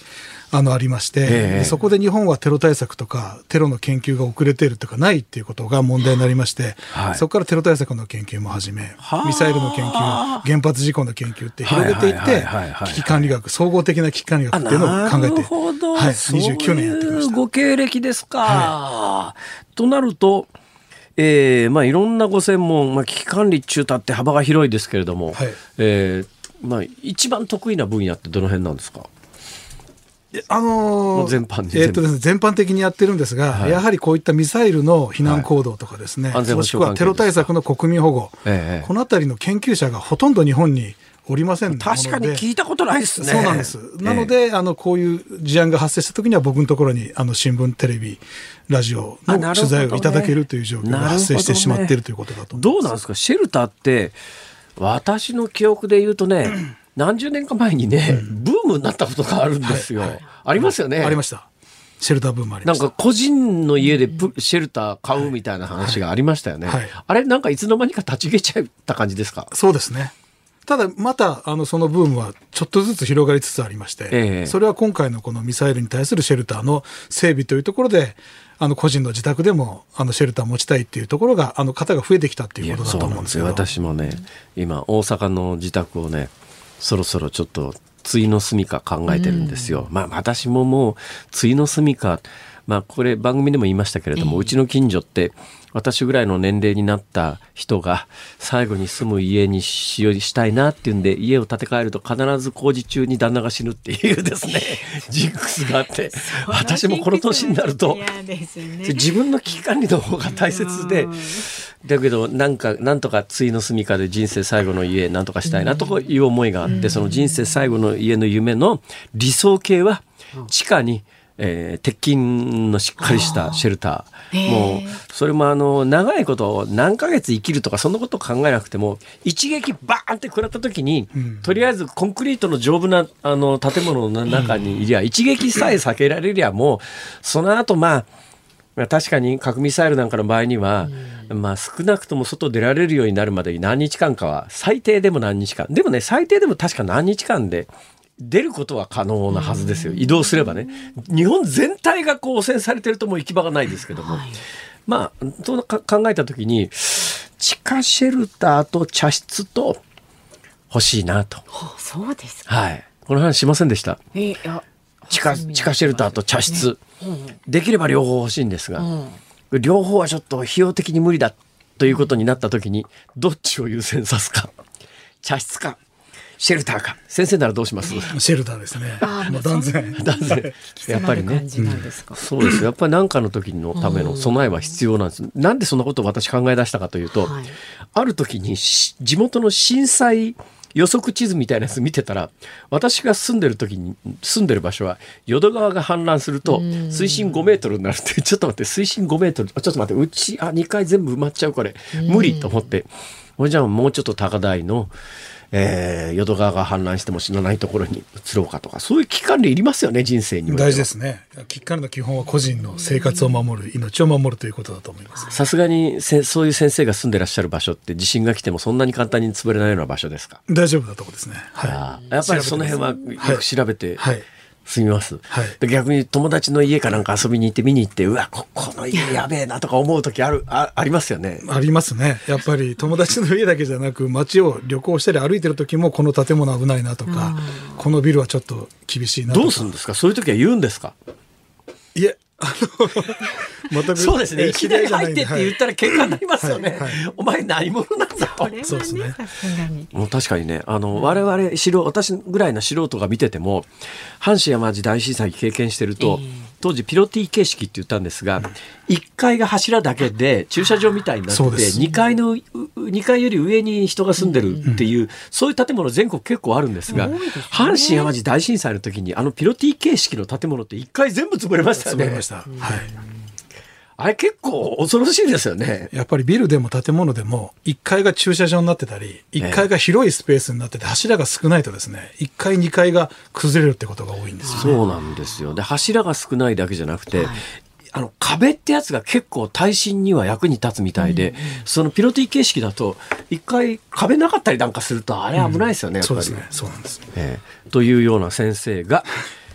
Speaker 4: あのありまして、えー、そこで日本はテロ対策とかテロの研究が遅れているとかないっていうことが問題になりまして、はい、そこからテロ対策の研究も始め、ミサイルの研究、原発事故の研究って広げていって危機管理学、総合的な危機管理学っていうのを考えて、はい、にじゅうきゅうねんやってきました。
Speaker 2: ご経歴ですか、はい、となると、えーまあ、いろんなご専門、まあ、危機管理中たって幅が広いですけれども、はい、えーまあ、一番得意な分野ってどの辺なんですか？
Speaker 4: あのー
Speaker 2: 全般に
Speaker 4: えーとですね、全般的にやってるんですが、はい、やはりこういったミサイルの避難行動とかですね、はい、もしくはテロ対策の国民保護、ええ、このあたりの研究者がほとんど日本におりませんので、
Speaker 2: 確かに聞いたことないですね。
Speaker 4: そうなんです。なので、ええ、あのこういう事案が発生したときには僕のところにあの新聞、テレビ、ラジオの取材をいただけるという状況が発生してしまっているということだと思います。
Speaker 2: どうなんですか、シェルターって私の記憶で言うとね何十年か前にね、うん、ブームになったことがあるんですよ、はいはい、ありますよね。
Speaker 4: ありました。シェルターブームありました。
Speaker 2: なんか個人の家でシェルター買うみたいな話がありましたよね、はいはい、あれなんかいつの間にか立ち消えちゃった感じですか？
Speaker 4: そうですね。ただまたあのそのブームはちょっとずつ広がりつつありまして、ええ、それは今回のこのミサイルに対するシェルターの整備というところで、あの個人の自宅でもあのシェルターを持ちたいっていうところがあの方が増えてきたっていうことだと思うんですけど。
Speaker 2: 私もね今大阪の自宅をねそろそろちょっと対の住処考えてるんですよ、うん、まあ私ももう対の住処、まあこれ番組でも言いましたけれども、えー、うちの近所って私ぐらいの年齢になった人が最後に住む家にしようしたいなっていうんで家を建て替えると必ず工事中に旦那が死ぬっていうですねジンクスがあって、私もこの年になると、ね、自分の危機管理の方が大切で、だけどなんかなんとか対の住処で人生最後の家なんとかしたいなという思いがあって、その人生最後の家の夢の理想形は地下にえー、鉄筋のしっかりしたシェルター、もうそれもあの長いこと何ヶ月生きるとかそんなことを考えなくても一撃バーンって食らった時に、うん、とりあえずコンクリートの丈夫なあの建物の中にいりゃ、うん、一撃さえ避けられりゃもうその後まあ確かに核ミサイルなんかの場合には、うん、まあ少なくとも外出られるようになるまでに何日間かは最低でも何日間でもね最低でも確か何日間で出ることは可能なはずですよ。移動すればね。日本全体がこう汚染されてるともう行き場がないですけども、はい、まあと考えた時に地下シェルターと茶室と欲しいなと。
Speaker 3: そうですか。
Speaker 2: はい。この話しませんでした。
Speaker 3: えー、いや
Speaker 2: 地下地下シェルターと茶室、ね、うん、できれば両方欲しいんですが、うん、両方はちょっと費用的に無理だということになった時にどっちを優先さすか。茶室かシェルターか。先生ならどうします？
Speaker 4: シェルターですね。もう断然
Speaker 2: 断然やっぱりね、うん、そうです。やっぱり何かの時のための備えは必要なんです。なんでそんなことを私考え出したかというと、はい、ある時に地元の震災予測地図みたいなやつ見てたら、私が住んでる時に住んでる場所は淀川が氾濫すると水深ごメートルになるって、ちょっと待って水深ごメートル、ちょっと待ってうちあにかい全部埋まっちゃう、これ無理と思って、これじゃあもうちょっと高台のえー、淀川が氾濫しても死なないところに移ろうかとか、そういう危機管理いりますよね、人生には。
Speaker 4: 大事ですね。危機管理の基本は個人の生活を守る、命を守るということだと思います。
Speaker 2: さすがにせそういう先生が住んでらっしゃる場所って地震が来てもそんなに簡単に潰れないような場所ですか？
Speaker 4: 大丈夫なところですね、
Speaker 2: はい、やっぱりその辺はよく調べて、はいはい、住みます、
Speaker 4: はい、
Speaker 2: で逆に友達の家かなんか遊びに行って見に行って、うわ こ, この家やべえなとか思う時ある あ, ありますよね。
Speaker 4: ありますね。やっぱり友達の家だけじゃなく街を旅行したり歩いてる時もこの建物危ないなとか、このビルはちょっと厳しいなとか。
Speaker 2: どうするんですか、そういう時は言うんですか？
Speaker 4: いえあの全く
Speaker 2: そうですね、いきなり入ってって言ったら喧嘩になりますよね、はいはいはい、お前何者なんだと。
Speaker 4: そうですね、
Speaker 2: もう確かにね、あの我々素人、私ぐらいの素人が見てても阪神・淡路大震災経験してると、えー、当時ピロティ形式って言ったんですが、うん、いっかいが柱だけで駐車場みたいになってて、にかいのにかいより上に人が住んでるっていう、うん、そういう建物全国結構あるんですが、うん、阪神・淡路大震災の時にあのピロティ形式の建物っていっかい全部潰れましたよね。
Speaker 4: 潰れました、はい、
Speaker 2: あれ結構恐ろしいですよね。
Speaker 4: やっぱりビルでも建物でもいっかいが駐車場になってたり、いっかいが広いスペースになってて柱が少ないとですね、いっかいにかいが崩れるってことが多いんですよね。
Speaker 2: そうなんですよ。で柱が少ないだけじゃなくて、はい、あの壁ってやつが結構耐震には役に立つみたいで、うんうん、そのピロティ形式だといっかい壁なかったりなんかするとあれ危ないですよね、うん、やっぱり。
Speaker 4: そうですね、そうなんです、
Speaker 2: えー、というような先生が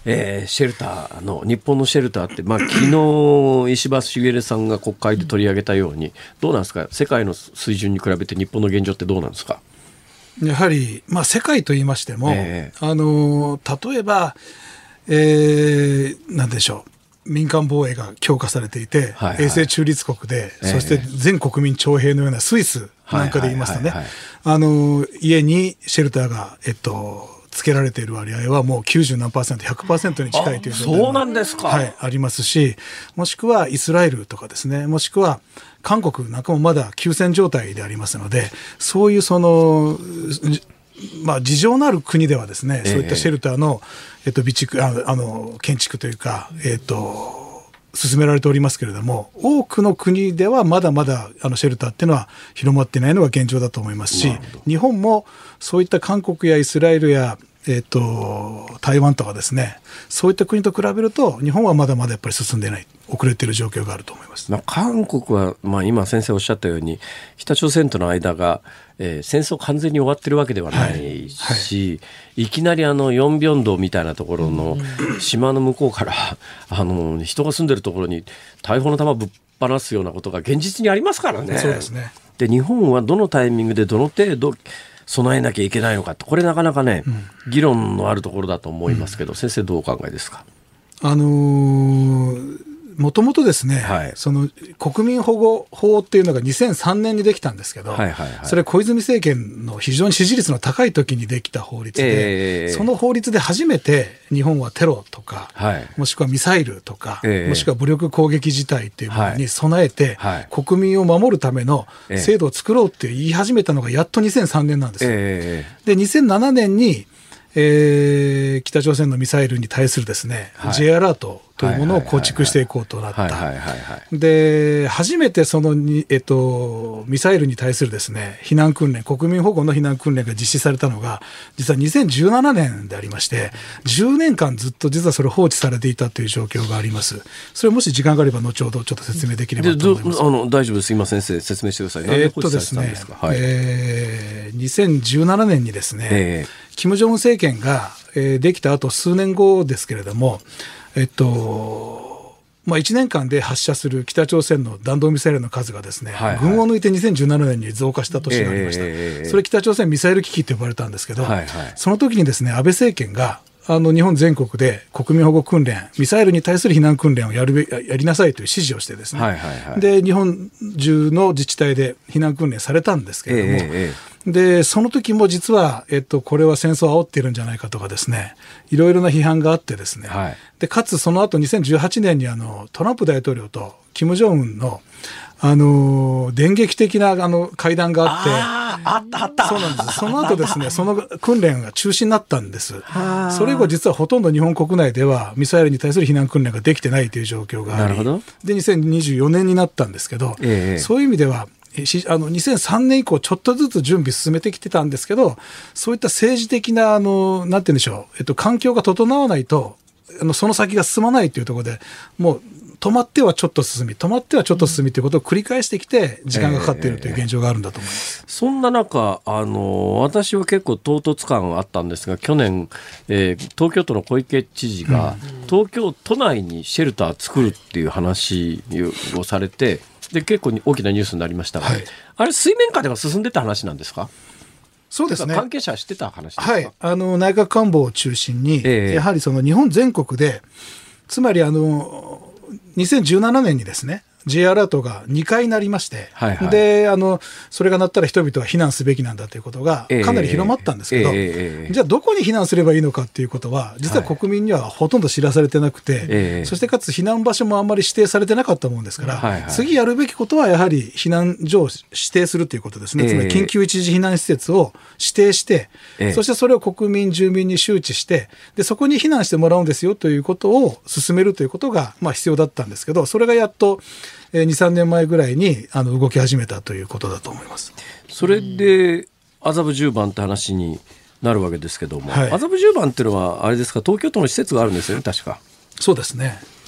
Speaker 2: えー、シェルターの日本のシェルターって、まあ、昨日石破茂さんが国会で取り上げたようにどうなんですか、世界の水準に比べて日本の現状ってどうなんですか。
Speaker 4: やはり、まあ、世界と言いましても、えー、あの例えば、えー、なんでしょう、民間防衛が強化されていて、はいはい、衛星中立国で、えー、そして全国民徴兵のようなスイスなんかで言いますとね、あの家にシェルターが、えっと、つけられている割合はもうきゅうじゅうなんパーセント、ひゃくパーセントに近いという状態が、はい、ありますし、もしくはイスラエルとかですね、もしくは韓国なんかもまだ休戦状態でありますので、そういうその、まあ、事情のある国ではですね、そういったシェルターの、えっと、備蓄、ああの建築というか、えっと、進められておりますけれども、多くの国ではまだまだあのシェルターっていうのは広まっていないのが現状だと思いますし、日本もそういった韓国やイスラエルや、えー、と台湾とかですね、そういった国と比べると日本はまだまだやっぱり進んでいない、遅れている状況があると思います。
Speaker 2: まあ、韓国は、まあ、今先生おっしゃったように北朝鮮との間が、えー、戦争完全に終わってるわけではないし、はいはい、いきなりあのヨンビョン道みたいなところの島の向こうからあの人が住んでるところに大砲の弾ぶっ放すようなことが現実にありますからね。
Speaker 4: そうですね。
Speaker 2: で日本はどのタイミングでどの程度備えなきゃいけないのかって、これなかなかね、うん、議論のあるところだと思いますけど、うん、先生どうお考えですか。
Speaker 4: あのーもともとですね、はい、その国民保護法っていうのがにせんさんねんにできたんですけど、はいはいはい、それ小泉政権の非常に支持率の高い時にできた法律で、えー、その法律で初めて日本はテロとか、はい、もしくはミサイルとか、えー、もしくは武力攻撃事態というものに備えて、はい、国民を守るための制度を作ろうって言い始めたのがやっとにせんさんねんなんですよ。えー、でにせんななねんにえー、北朝鮮のミサイルに対するですね、はい、J アラートというものを構築していこうとなった。で、初めてそのに、えっと、ミサイルに対するですね、避難訓練、国民保護の避難訓練が実施されたのが、実はにせんじゅうななねんでありまして、じゅうねんかんずっと実はそれ放置されていたという状況があります。それもし時間があれば後ほどちょっと説明できればと思います。
Speaker 2: あの大丈夫です。今先生説明してください。
Speaker 4: えー、っとですね、はい、えー、にせんじゅうななねんにですね、えー金正恩政権が、えー、できた後数年後ですけれども、えっとまあ、いちねんかんで発射する北朝鮮の弾道ミサイルの数がですね、はいはい、群を抜いてにせんじゅうななねんに増加した年がありました、えー、それ北朝鮮ミサイル危機って呼ばれたんですけど、はいはい、その時にですね、安倍政権があの日本全国で国民保護訓練、ミサイルに対する避難訓練をやるべやりなさいという指示をしてですね、はいはいはい、で日本中の自治体で避難訓練されたんですけれども、えーでその時も実は、えっと、これは戦争を煽っているんじゃないかとかですね、いろいろな批判があってですね、はい、でかつその後にせんじゅうはちねんにあのトランプ大統領と金正恩のあの電撃的なあの会談があって、
Speaker 2: ああったあった
Speaker 4: そうなんです。その後ですね、その訓練が中止になったんです。それ以後実はほとんど日本国内ではミサイルに対する避難訓練ができてないという状況があり、なるほど。でにせんにじゅうよねんになったんですけど、ええ、そういう意味ではあのにせんさんねん以降ちょっとずつ準備進めてきてたんですけど、そういった政治的なあのなんて言うんでしょう、えっと、環境が整わないとあのその先が進まないというところで、もう止まってはちょっと進み止まってはちょっと進みということを繰り返してきて時間がかかっているという現状があるんだと思います、
Speaker 2: えー、そんな中あの私は結構唐突感があったんですが、去年、えー、東京都の小池知事が、うん、東京都内にシェルター作るっていう話をされて、で結構大きなニュースになりましたが、はい、あれ水面下では進んでた話なんですか。
Speaker 4: そうですね、
Speaker 2: 関係者は知ってた話ですか。
Speaker 4: はい、あの内閣官房を中心に、えー、やはりその日本全国で、つまりあのにせんじゅうななねんにですね J アラートがにかい鳴りまして、はいはい、であのそれが鳴ったら人々は避難すべきなんだということがかなり広まったんですけど、えーえー、じゃあどこに避難すればいいのかということは実は国民にはほとんど知らされてなくて、はい、そしてかつ避難場所もあんまり指定されてなかったもんですから、はいはい、次やるべきことはやはり避難所を指定するということですね、えー、つまり緊急一時避難施設を指定して、えー、そしてそれを国民住民に周知して、でそこに避難してもらうんですよということを進めるということが、まあ、必要だったんですけど、それがやっとに、さんねんまえぐらいにあの動き始めたということだと思います。
Speaker 2: それで麻布十番って話になるわけですけども、はい、麻布十番っていうのはあれですか、東京都の施設があるんですよね、確か。
Speaker 4: そうですね。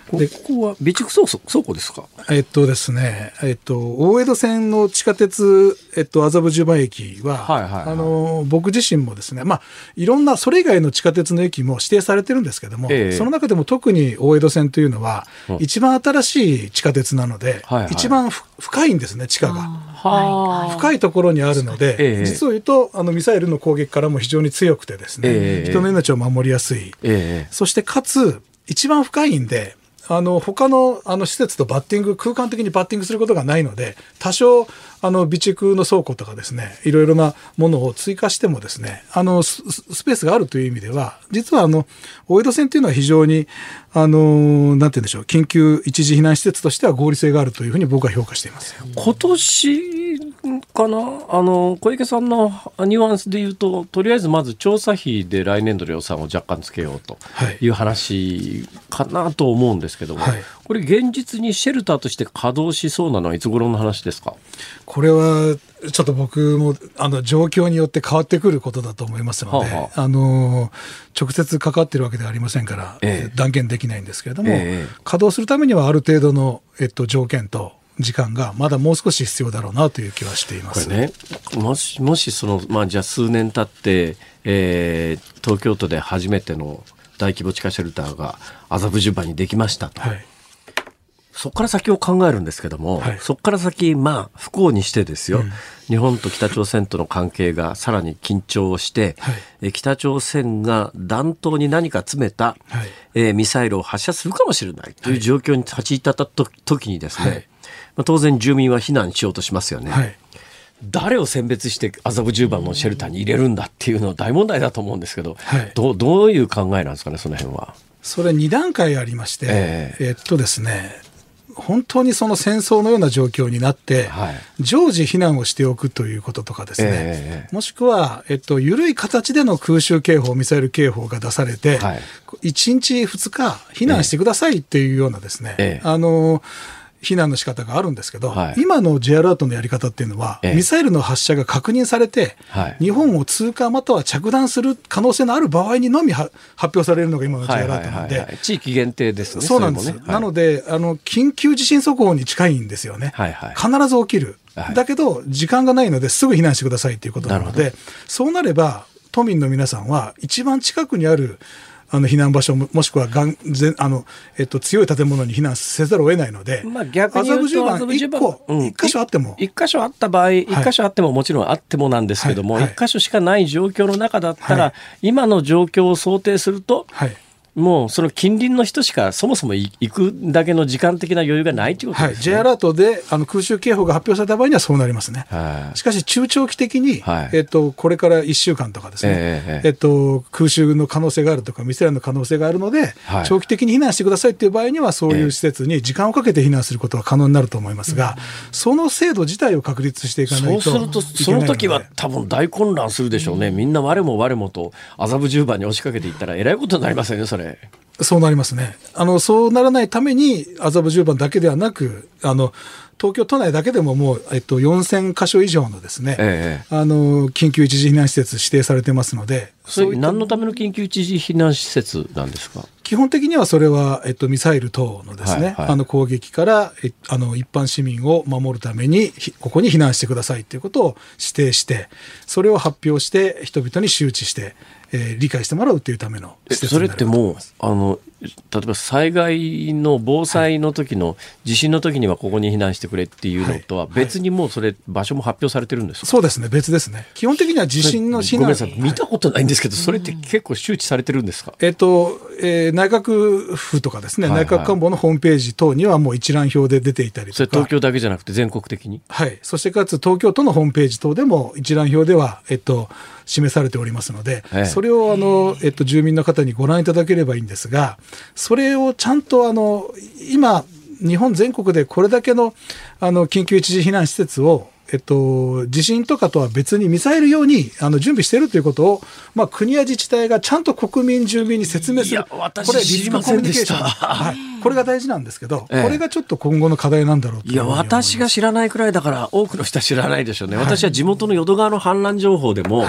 Speaker 2: でここは備蓄倉庫、倉庫ですか。
Speaker 4: えっとですね、えっと、大江戸線の地下鉄、えっと、麻布十番駅は、はいはいはい、あの僕自身もですね、まあ、いろんなそれ以外の地下鉄の駅も指定されてるんですけども、えー、その中でも特に大江戸線というのは、うん、一番新しい地下鉄なので、はいはい、一番深いんですね、地下が。は深いところにあるので、えー、実を言うとあのミサイルの攻撃からも非常に強くてですね、えー、人の命を守りやすい、えー、そしてかつ一番深いんで、あの他のあの施設とバッティング空間的にバッティングすることがないので、多少あの備蓄の倉庫とかですね、いろいろなものを追加してもですね、あの ス, スペースがあるという意味では、実はあの大江戸線というのは非常にあのなんて言うんでしょう、緊急一時避難施設としては合理性があるというふうに僕は評価しています。
Speaker 2: 今年かな、あの小池さんのニュアンスで言うと、とりあえずまず調査費で来年度の予算を若干つけようという話かなと思うんですけども、はい、これ現実にシェルターとして稼働しそうなのはいつ頃の話ですか。
Speaker 4: これはちょっと僕もあの状況によって変わってくることだと思いますので、はあはあ、あの直接かかっているわけではありませんから、ええ、断言できないんですけれども、ええ、稼働するためにはある程度の、えっと、条件と時間がまだもう少し必要だろうなという気はしています。
Speaker 2: これね、もし、もしその、まあ、じゃあ数年経って、えー、東京都で初めての大規模地下シェルターが麻布十番にできましたと、はい、そこから先を考えるんですけども、はい、そこから先、まあ、不幸にしてですよ、うん、日本と北朝鮮との関係がさらに緊張して、はい、え北朝鮮が弾頭に何か詰めた、はい、えー、ミサイルを発射するかもしれないという状況に立ち至ったと時にですね、はい、まあ、当然住民は避難しようとしますよね、はい、誰を選別して麻布十番のシェルターに入れるんだっていうのは大問題だと思うんですけど、はい、ど, どういう考えなんですかね、その辺は。
Speaker 4: それに段階ありまして、えー、えーっとですね本当にその戦争のような状況になって、はい、常時避難をしておくということとかですね、えー、もしくは、えっと、緩い形での空襲警報、ミサイル警報が出されて、はい、いちにちふつか避難してくださいっていうようなですね、えー、あの避難の仕方があるんですけど、はい、今の J アラートのやり方っていうのは、ええ、ミサイルの発射が確認されて、はい、日本を通過または着弾する可能性のある場合にのみ発表されるのが今の J アラートなので、はいはいはいはい、
Speaker 2: 地域限定ですね。
Speaker 4: そうなんです。ね、はい、なのであの緊急地震速報に近いんですよね、はいはい、必ず起きる、はい、だけど時間がないのですぐ避難してくださいということなので、そうなれば都民の皆さんは一番近くにあるあの避難場所 も, もしくはがんぜあの、えっと、強い建物に避難せざるを得ないので、
Speaker 2: まあ、逆に言うと麻布十番いっこ、うん、いっ箇所あってもいっ箇所あった場合、はい、いっ箇所あってももちろんあってもなんですけども、はいはい、いっ箇所しかない状況の中だったら、はい、今の状況を想定すると、はい、もうその近隣の人しかそもそも行くだけの時間的な余裕がないということですね。はい、
Speaker 4: J アラートであの空襲警報が発表された場合にはそうなりますね。はい、しかし中長期的に、はい、えっと、これからいっしゅうかんとかですね、えーえっと、空襲の可能性があるとかミサイルの可能性があるので、はい、長期的に避難してくださいという場合にはそういう施設に時間をかけて避難することは可能になると思いますが、うん、その制度自体を確立していかないといけないので、
Speaker 2: そうするとその時は多分大混乱するでしょうね、うん、みんな我も我もと麻布十番に押しかけていったらえらいことになりますよね、それ。
Speaker 4: そうなりますね。あのそうならないために麻布十番だけではなく、あの東京都内だけでももう、えっと、よんせんかしょ以上のですね、ええ、あの緊急一時避難施設指定されてますので。
Speaker 2: それ何のための緊急一時避難施設なんですか。
Speaker 4: 基本的にはそれは、えっと、ミサイル等のですね、はいはい、あの攻撃からえあの一般市民を守るためにここに避難してくださいということを指定して、それを発表して人々に周知して、えー、理解してもらうというための施設になると思います。
Speaker 2: それってもうあの例えば災害の防災の時の、はい、地震の時にはここに避難してくれっていうのとは別にもうそれ場所も発表されてるんですか。
Speaker 4: そうですね、別ですね。基本的には地震の避難、
Speaker 2: ごめんなさい、見たことないんですけど、それって結構周知されてるんですか。
Speaker 4: えっとえー、内閣府とかですね、はいはい、内閣官房のホームページ等にはもう一覧表で出ていたりとか。
Speaker 2: それ東京だけじゃなくて全国的に。
Speaker 4: はい、そしてかつ東京都のホームページ等でも一覧表では、えっと、示されておりますので、ええ、それをあの、えっと、住民の方にご覧いただければいいんですが、それをちゃんとあの今日本全国でこれだけの、あの緊急一時避難施設をえっと、地震とかとは別にミサイル用にあの準備しているということを、まあ、国や自治体がちゃんと国民住民に説明する。
Speaker 2: いや、私知りませんでした。
Speaker 4: はい、これが大事なんですけど、ええ、これがちょっと今後の課題なんだろうという。
Speaker 2: いや、私が知らないくらいだから多くの人は知らないでしょうね。はい、私は地元の淀川の氾濫情報でも、はい、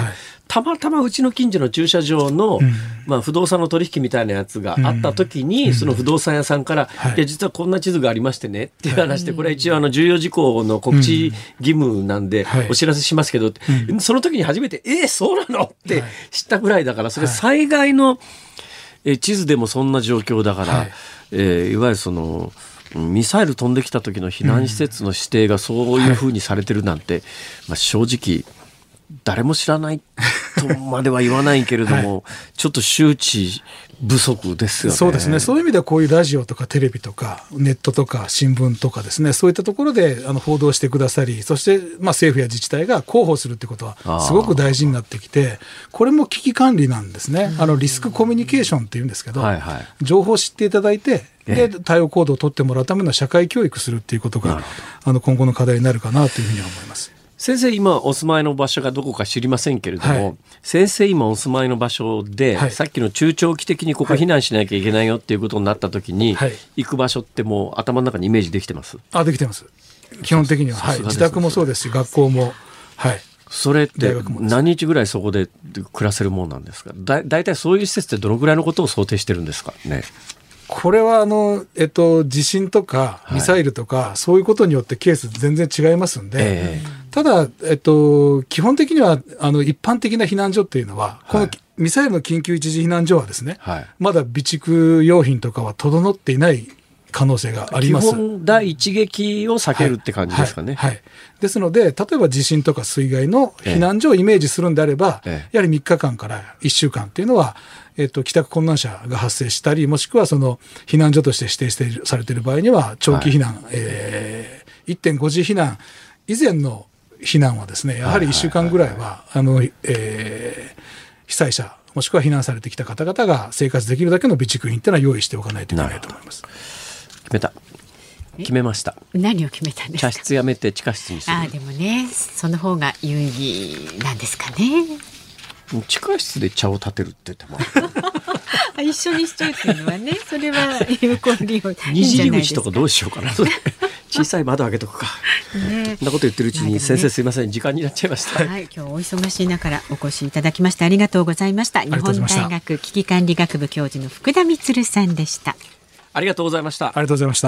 Speaker 2: たまたまうちの近所の駐車場の、うんまあ、不動産の取引みたいなやつがあった時に、うん、その不動産屋さんから、うん、いや実はこんな地図がありましてねっていう話で、これは一応あの重要事項の告知義務なんでお知らせしますけど、うん、その時に初めてえー、そうなのって知ったぐらいだから、それ災害の地図でもそんな状況だから、はいえー、いわゆるそのミサイル飛んできた時の避難施設の指定がそういうふうにされてるなんて、うんはいまあ、正直誰も知らないとまでは言わないけれども、はい、ちょっと周知不足ですよね。
Speaker 4: そうですね。そういう意味ではこういうラジオとかテレビとかネットとか新聞とかですね、そういったところであの報道してくださり、そしてまあ政府や自治体が広報するってことはすごく大事になってきて、これも危機管理なんですね。あのリスクコミュニケーションっていうんですけど、はいはい、情報を知っていただいてで対応行動を取ってもらうための社会教育するっていうことがあの今後の課題になるかなというふうに思います。
Speaker 2: 先生今お住まいの場所がどこか知りませんけれども、はい、先生今お住まいの場所で、はい、さっきの中長期的にここ避難しなきゃいけないよっていうことになった時に、はい、行く場所ってもう頭の中にイメージできてます？
Speaker 4: あ、できてます。基本的には、はい、自宅もそうですし学校も、はい、
Speaker 2: それって何日ぐらいそこで暮らせるものなんですか？だ、だいたいそういう施設ってどのぐらいのことを想定してるんですかね？
Speaker 4: これはあの、えっと、地震とかミサイルとか、はい、そういうことによってケース全然違いますんで、えー、ただ、えっと、基本的にはあの一般的な避難所っていうのは、このミサイルの緊急一時避難所はですね、はい、まだ備蓄用品とかは整っていない可能性があります。
Speaker 2: 基本第一撃を避けるって感じですかね。
Speaker 4: はいはいはい、ですので、例えば地震とか水害の避難所をイメージするんであれば、ええ、やはりみっかかんからいっしゅうかんっていうのは、えっと、帰宅困難者が発生したり、もしくはその避難所として指定しているされている場合には長期避難、はいえー、いってんご 次避難以前の避難はですね、やはりいっしゅうかんぐらいは、あの、えー、被災者もしくは避難されてきた方々が生活できるだけの備蓄品っていうのは用意しておかないといけないと思います。
Speaker 2: 決めた決めました。
Speaker 3: 何を決めたんですか？
Speaker 2: 茶室やめて地下室にする。
Speaker 3: あでもね、その方が有意義なんですかね。
Speaker 2: 地下室で茶を立てるって言っても
Speaker 3: 一緒にしちゃうっていうのはね、それは有効利用
Speaker 2: 二次入り口とかどうしようかな小さい窓開けとくか、ね、そんなこと言ってるうちに、ね、先生すいません時間になっちゃいました、
Speaker 3: はい、今日お忙しい中からお越しいただきましてありがとうございました。日本大学危機管理学部教授の福田充さんでした。
Speaker 2: ありがとうございました。あ
Speaker 4: りがとうございました。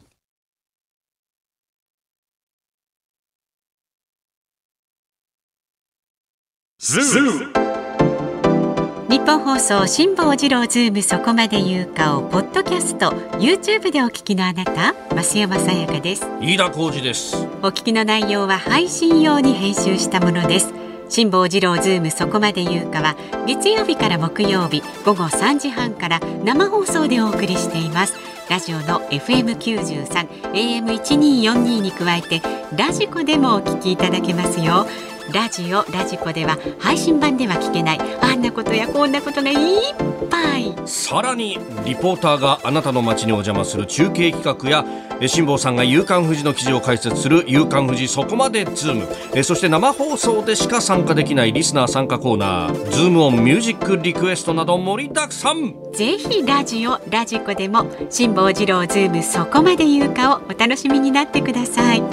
Speaker 3: 日本放送辛坊治郎ズームそこまで言うかをポッドキャスト YouTube でお聞きのあなた、増山さやかです。
Speaker 5: 飯田浩司です。
Speaker 3: お聞きの内容は配信用に編集したものです。辛坊治郎ズームそこまで言うかは月曜日から木曜日午後さんじはんから生放送でお送りしています。ラジオの エフエムきゅうじゅうさん エーエムせんにひゃくよんじゅうに に加えてラジコでもお聞きいただけますよ。ラジオラジコでは配信版では聞けないあんなことやこんなことがいっぱい。
Speaker 5: さらにリポーターがあなたの街にお邪魔する中継企画や辛坊さんが夕刊フジの記事を解説する夕刊フジそこまでズーム、えそして生放送でしか参加できないリスナー参加コーナーズームオンミュージックリクエストなど盛りだくさん。
Speaker 3: ぜひラジオラジコでも辛坊治郎ズームそこまで言うかをお楽しみになってください。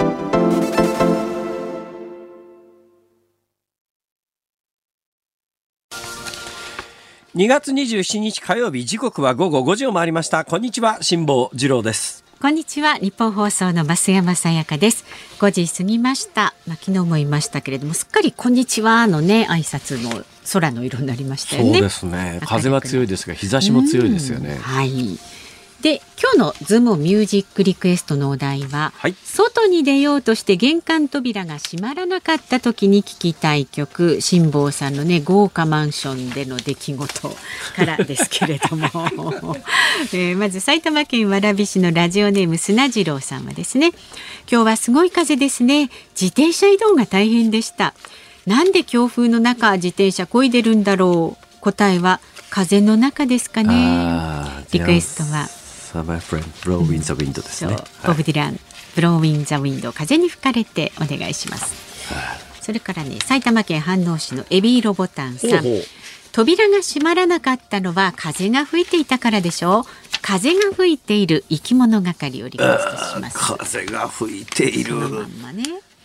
Speaker 2: にがつにじゅうしちにち火曜日、時刻は午後ごじを回りました。こんにちは、辛坊治郎です。
Speaker 3: こんにちは、日本放送の増山さやかです。ごじ過ぎました、まあ、昨日も言いましたけれどもすっかりこんにちはのね挨拶の空の色になりましたよね。
Speaker 2: そうですね、風は強いですが日差しも強いですよね。
Speaker 3: はい。で今日のズームミュージックリクエストのお題は、はい、外に出ようとして玄関扉が閉まらなかった時に聴きたい曲、辛坊さんのね豪華マンションでの出来事からですけれども、えー、まず埼玉県蕨市のラジオネーム砂次郎さんはですね、今日はすごい風ですね。自転車移動が大変でした。なんで強風の中自転車漕いでるんだろう。答えは風の中ですかね。リクエストは
Speaker 2: My friend, blow in the wind ですね。
Speaker 3: ボブ・ディラン、blow in the wind、 風に吹かれてお願いします。それからね、埼玉県飯能市のエビーロボタンさん、ほうほう、扉が閉まらなかったのは風が吹いていたからでしょう。風が吹いている生き物係をリクエストします。
Speaker 2: 風が吹いている、
Speaker 3: そのまんまね。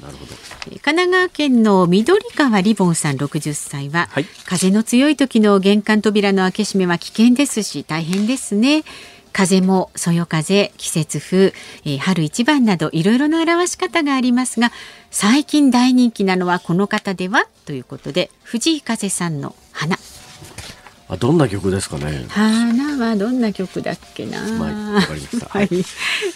Speaker 2: なるほど。
Speaker 3: 神奈川県の緑川リボンさんろくじゅっさいは、はい、風の強い時の玄関扉の開け閉めは危険ですし大変ですね。風もそよ風、季節風、えー、春一番などいろいろな表し方がありますが、最近大人気なのはこの方ではということで、藤井風さんの花。
Speaker 2: あ、どんな曲ですかね。
Speaker 3: 花はどんな曲だっけな。
Speaker 2: はい、わかりました。はい。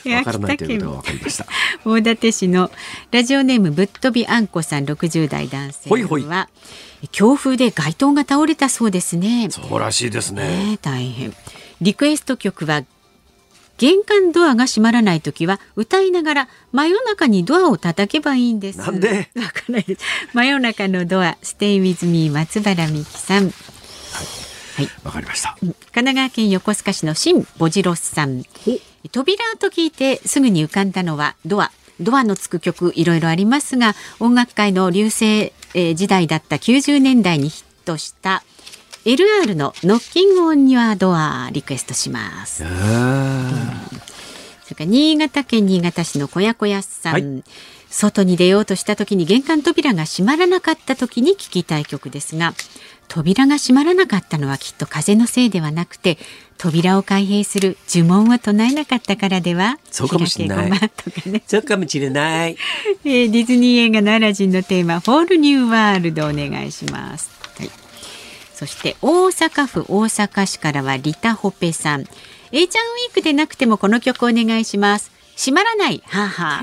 Speaker 2: わからないということがわかりました。
Speaker 3: 大館市のラジオネームぶっ飛びあんこさんろくじゅう代男性は、ほいほい、強風で街灯が倒れたそうですね。
Speaker 2: そうらしいですね。
Speaker 3: ね、大変。リクエスト曲は、玄関ドアが閉まらないときは歌いながら真夜中にドアを叩けばいいんです。
Speaker 2: なんで？
Speaker 3: わかんないです。真夜中のドア、Stay with me 松原美希さん。
Speaker 2: はい、わかりました。
Speaker 3: 神奈川県横須賀市の新ボジロスさん。扉と聞いてすぐに浮かんだのはドア。ドアのつく曲いろいろありますが、音楽界の隆盛、えー、時代だったきゅうじゅうねんだいにヒットしたエルアール のノッキングオンユアドアリクエストします。うん、それから新潟県新潟市の小屋小屋さん、はい、外に出ようとした時に玄関扉が閉まらなかった時に聴きたい曲ですが、扉が閉まらなかったのはきっと風のせいではなくて、扉を開閉する呪文を唱えなかったからでは。
Speaker 2: そうかもしれない。
Speaker 3: とかね、
Speaker 2: そうかもしれない、
Speaker 3: えー、ディズニー映画のアラジンのテーマホールニューワールドお願いします。はい、そして大阪府大阪市からはリタホペさん。 A ちゃんウィークでなくてもこの曲お願いします。閉まらない母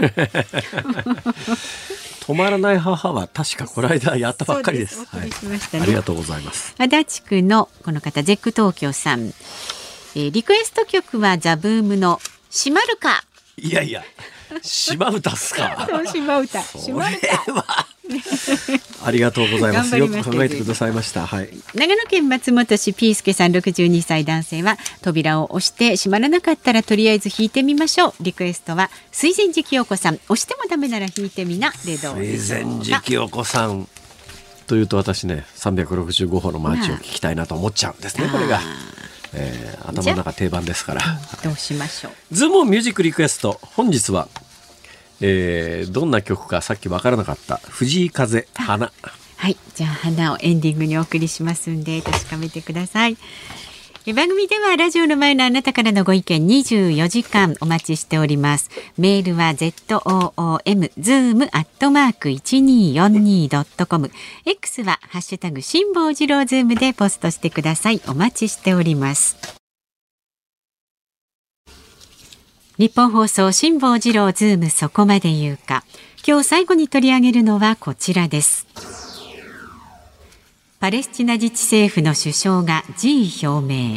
Speaker 2: 止まらない母は確かこの間やったばっかりです。
Speaker 3: そうです、はい、ね、
Speaker 2: ありがとうございます。
Speaker 3: 足立区のこの方ゼック東京さん、えー、リクエスト曲はザブームの閉まるか。
Speaker 2: いやいや、島歌っすか。
Speaker 3: そう、島歌。島歌は
Speaker 2: ありがとうございます。よく考えてくださいました。はい、
Speaker 3: 長野県松本市ピースケさんろくじゅうにさい男性は、扉を押して閉まらなかったらとりあえず弾いてみましょう。リクエストは水前寺清子さん、押してもダメなら弾いてみなでどうでしょうか。
Speaker 2: 水前寺清子さんというと私ね、さんびゃくろくじゅうごほのマーチを聞きたいなと思っちゃうんですね。これが、えー、頭の中定番ですから。
Speaker 3: どうしましょう。
Speaker 2: ズームミュージックリクエスト、本日はえー、どんな曲かさっき分からなかった藤井風花。
Speaker 3: はい、じゃあ花をエンディングにお送りしますんで確かめてください。え番組ではラジオの前のあなたからのご意見にじゅうよじかんお待ちしております。メールは ズーム ズーム アットマーク いちにーよんにー ドットコム、 X はハッシュタグ辛坊治郎ズームでポストしてください。お待ちしております。日本放送辛坊治郎ズームそこまで言うか。今日最後に取り上げるのはこちらです。パレスチナ自治政府の首相が辞意表明。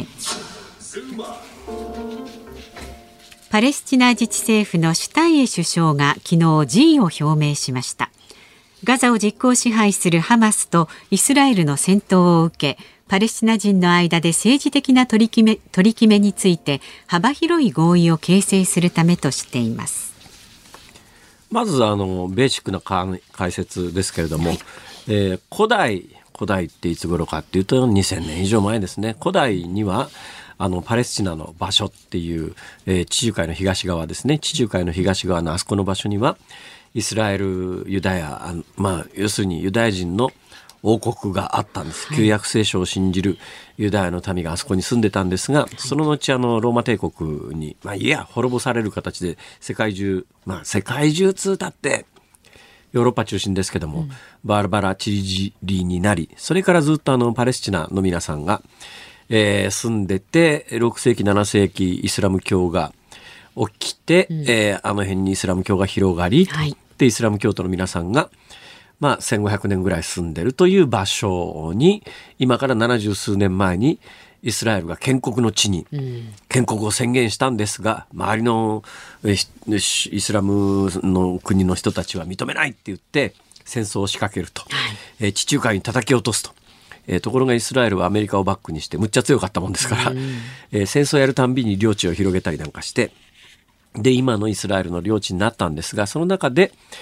Speaker 3: パレスチナ自治政府のシュタイエ首相が昨日辞意を表明しました。ガザを実効支配するハマスとイスラエルの戦闘を受け、パレスチナ人の間で政治的な取り決め、取り決めについて幅広い合意を形成するためとしています。
Speaker 2: まずあのベーシックな解説ですけれども、はい、えー、古代古代っていつ頃かっていうとにせんねん以上前ですね。古代にはあのパレスチナの場所っていう、えー、地中海の東側ですね。地中海の東側のあそこの場所にはイスラエル、ユダヤ、あの、まあ、要するにユダヤ人の王国があったんです。旧約聖書を信じるユダヤの民があそこに住んでたんですが、その後あのローマ帝国に、まあ、いや滅ぼされる形で世界中、まあ、世界中通だってヨーロッパ中心ですけども、うん、バラバラチリジリになり、それからずっとあのパレスチナの皆さんが、えー、住んでて、ろくせいきななせいきイスラム教が起きて、うん、えー、あの辺にイスラム教が広がり、はい、でイスラム教徒の皆さんがまあ、せんごひゃくねんぐらい住んでるという場所に、今からななじゅうすうねんまえにイスラエルが建国の地に建国を宣言したんですが、周りのイスラムの国の人たちは認めないって言って戦争を仕掛けると、はい、地中海に叩き落とすと。えー、ところがイスラエルはアメリカをバックにしてむっちゃ強かったもんですから、えー、戦争をやるたんびに領地を広げたりなんかして、で今のイスラエルの領地になったんですが、その中で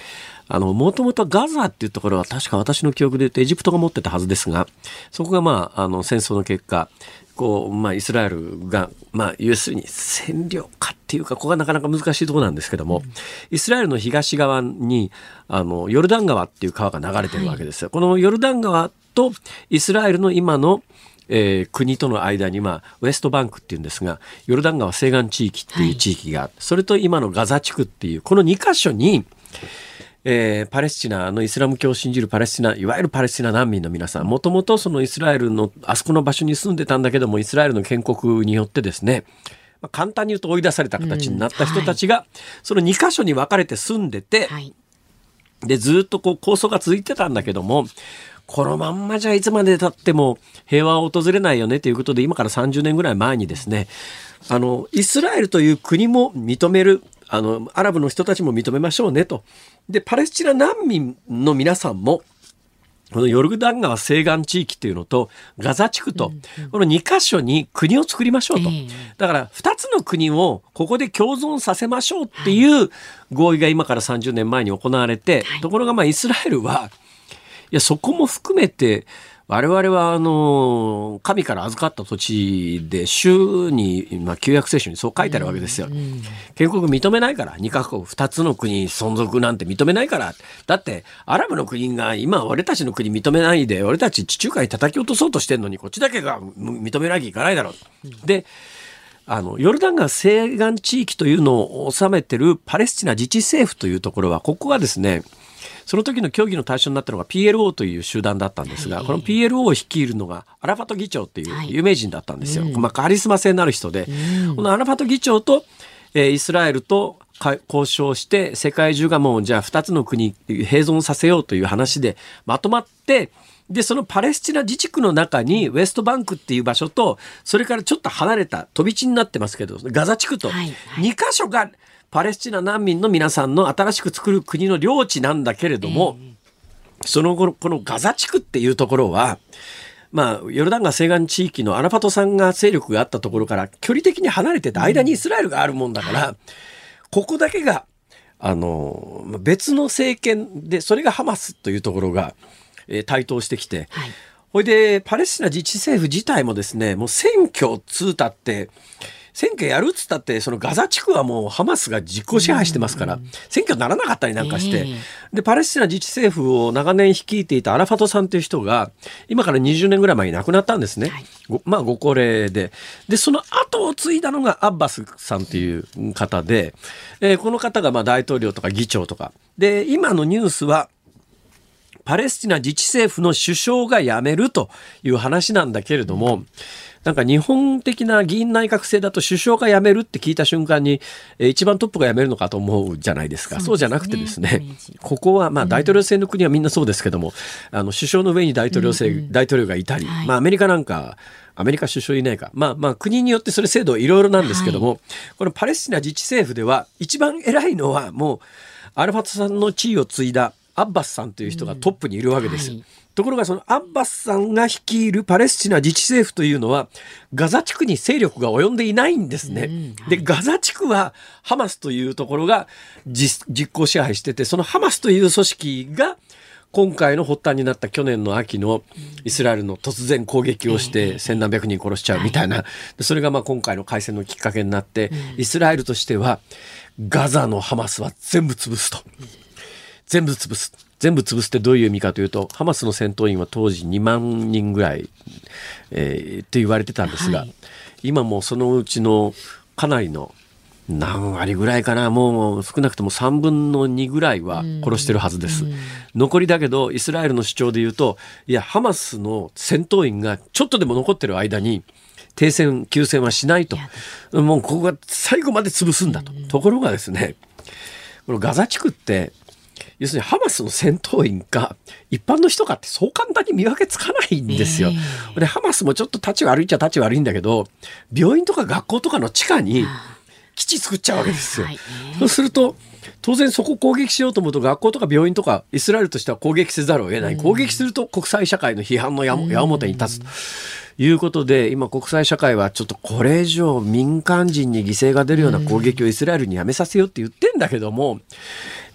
Speaker 2: あの、もともとガザっていうところは確か私の記憶で言うとエジプトが持ってたはずですが、そこがまあ、あの、戦争の結果、こう、まあ、イスラエルが、まあ、要するに占領下っていうか、ここがなかなか難しいところなんですけども、うん、イスラエルの東側に、あの、ヨルダン川っていう川が流れてるわけですよ。はい、このヨルダン川とイスラエルの今の、えー、国との間に、まあ、ウエストバンクっていうんですが、ヨルダン川西岸地域っていう地域があって、はい、それと今のガザ地区っていう、このにカ所に、えー、パレスチナのイスラム教を信じるパレスチナ、いわゆるパレスチナ難民の皆さん、もともとそのイスラエルのあそこの場所に住んでたんだけども、イスラエルの建国によってですね、まあ、簡単に言うと追い出された形になった人たちが、うんはい、そのにカ所に分かれて住んでて、はい、でずっとこう構想が続いてたんだけども、このまんまじゃいつまで経っても平和を訪れないよねということで、今からさんじゅうねんぐらい前にですね、あのイスラエルという国も認める、あのアラブの人たちも認めましょうねと。でパレスチナ難民の皆さんもこのヨルダン川西岸地域というのとガザ地区と、このにカ所に国を作りましょうと。だからふたつの国をここで共存させましょうっていう合意が今からさんじゅうねんまえに行われて、ところがまあイスラエルはいやそこも含めて我々はあの神から預かった土地で州に、まあ、旧約聖書にそう書いてあるわけですよ。建国認めないから、にカ国ふたつの国存続なんて認めないから。だってアラブの国が今俺たちの国認めないで俺たち地中海叩き落とそうとしてんのに、こっちだけが認めなきゃいけないだろう。であのヨルダン川西岸地域というのを治めてるパレスチナ自治政府というところは、ここがですね、その時の協議の対象になったのが ピーエルオー という集団だったんですが、この ピーエルオー を率いるのがアラファト議長っていう有名人だったんですよ。はい、まあ、カリスマ性のある人で、うん、このアラファト議長と、えー、イスラエルと交渉して、世界中がもうじゃあふたつの国併存させようという話でまとまって、でそのパレスチナ自治区の中にウエストバンクっていう場所と、それからちょっと離れた飛び地になってますけどガザ地区とにカ所がパレスチナ難民の皆さんの新しく作る国の領地なんだけれども、えー、その後このガザ地区っていうところは、まあ、ヨルダン川西岸地域のアラファトさんが勢力があったところから距離的に離れてて、間にイスラエルがあるもんだから、うん、ここだけがあの別の政権で、それがハマスというところが、えー、台頭してきて、はい、ほいでパレスチナ自治政府自体もですね、もう選挙つうたって選挙やるっつったって、そのガザ地区はもうハマスが実効支配してますから、選挙にならなかったりなんかして、でパレスチナ自治政府を長年率いていたアラファトさんという人が今からにじゅうねんぐらい前に亡くなったんですね。はい、ごまあご高齢で、でその後を継いだのがアッバスさんという方で、えー、この方がまあ大統領とか議長とかで、今のニュースはパレスチナ自治政府の首相が辞めるという話なんだけれども、うん、なんか日本的な議員内閣制だと首相が辞めるって聞いた瞬間に、えー、一番トップが辞めるのかと思うじゃないですか。そうですね。そうじゃなくてですね、ここはまあ大統領制の国はみんなそうですけども、うん、あの首相の上に大統領制、うんうん、大統領がいたり、はい、まあアメリカなんかアメリカ首相いないか、まあまあ国によってそれ制度いろいろなんですけども、はい、このパレスチナ自治政府では一番偉いのはもうアルファトさんの地位を継いだアッバスさんという人がトップにいるわけです。うん、はい、ところがそのアッバスさんが率いるパレスチナ自治政府というのはガザ地区に勢力が及んでいないんですね。うんはい、でガザ地区はハマスというところが 実, 実効支配してて、そのハマスという組織が今回の発端になった去年の秋のイスラエルの突然攻撃をして千何百人殺しちゃうみたいな、それがまあ今回の開戦のきっかけになって、イスラエルとしてはガザのハマスは全部潰すと。全部潰す。全部潰すってどういう意味かというと、ハマスの戦闘員は当時にまんにんぐらい、えー、って言われてたんですが、はい、今もそのうちのかなりの何割ぐらいかな、もう少なくともさんぶんのにぐらいは殺してるはずです。残りだけどイスラエルの主張で言うと、いやハマスの戦闘員がちょっとでも残ってる間に停戦休戦はしないと、もうここが最後まで潰すんだと。ところがですね、このガザ地区って要するにハマスの戦闘員か一般の人かってそう簡単に見分けつかないんですよ。えー、でハマスもちょっと立ち悪いっちゃ立ち悪いんだけど、病院とか学校とかの地下に基地作っちゃうわけですよ。はいはい、そうすると当然そこを攻撃しようと思うと学校とか病院とかイスラエルとしては攻撃せざるを得ない。攻撃すると国際社会の批判の矢面に立つということで、今国際社会はちょっとこれ以上民間人に犠牲が出るような攻撃をイスラエルにやめさせようって言ってんだけども、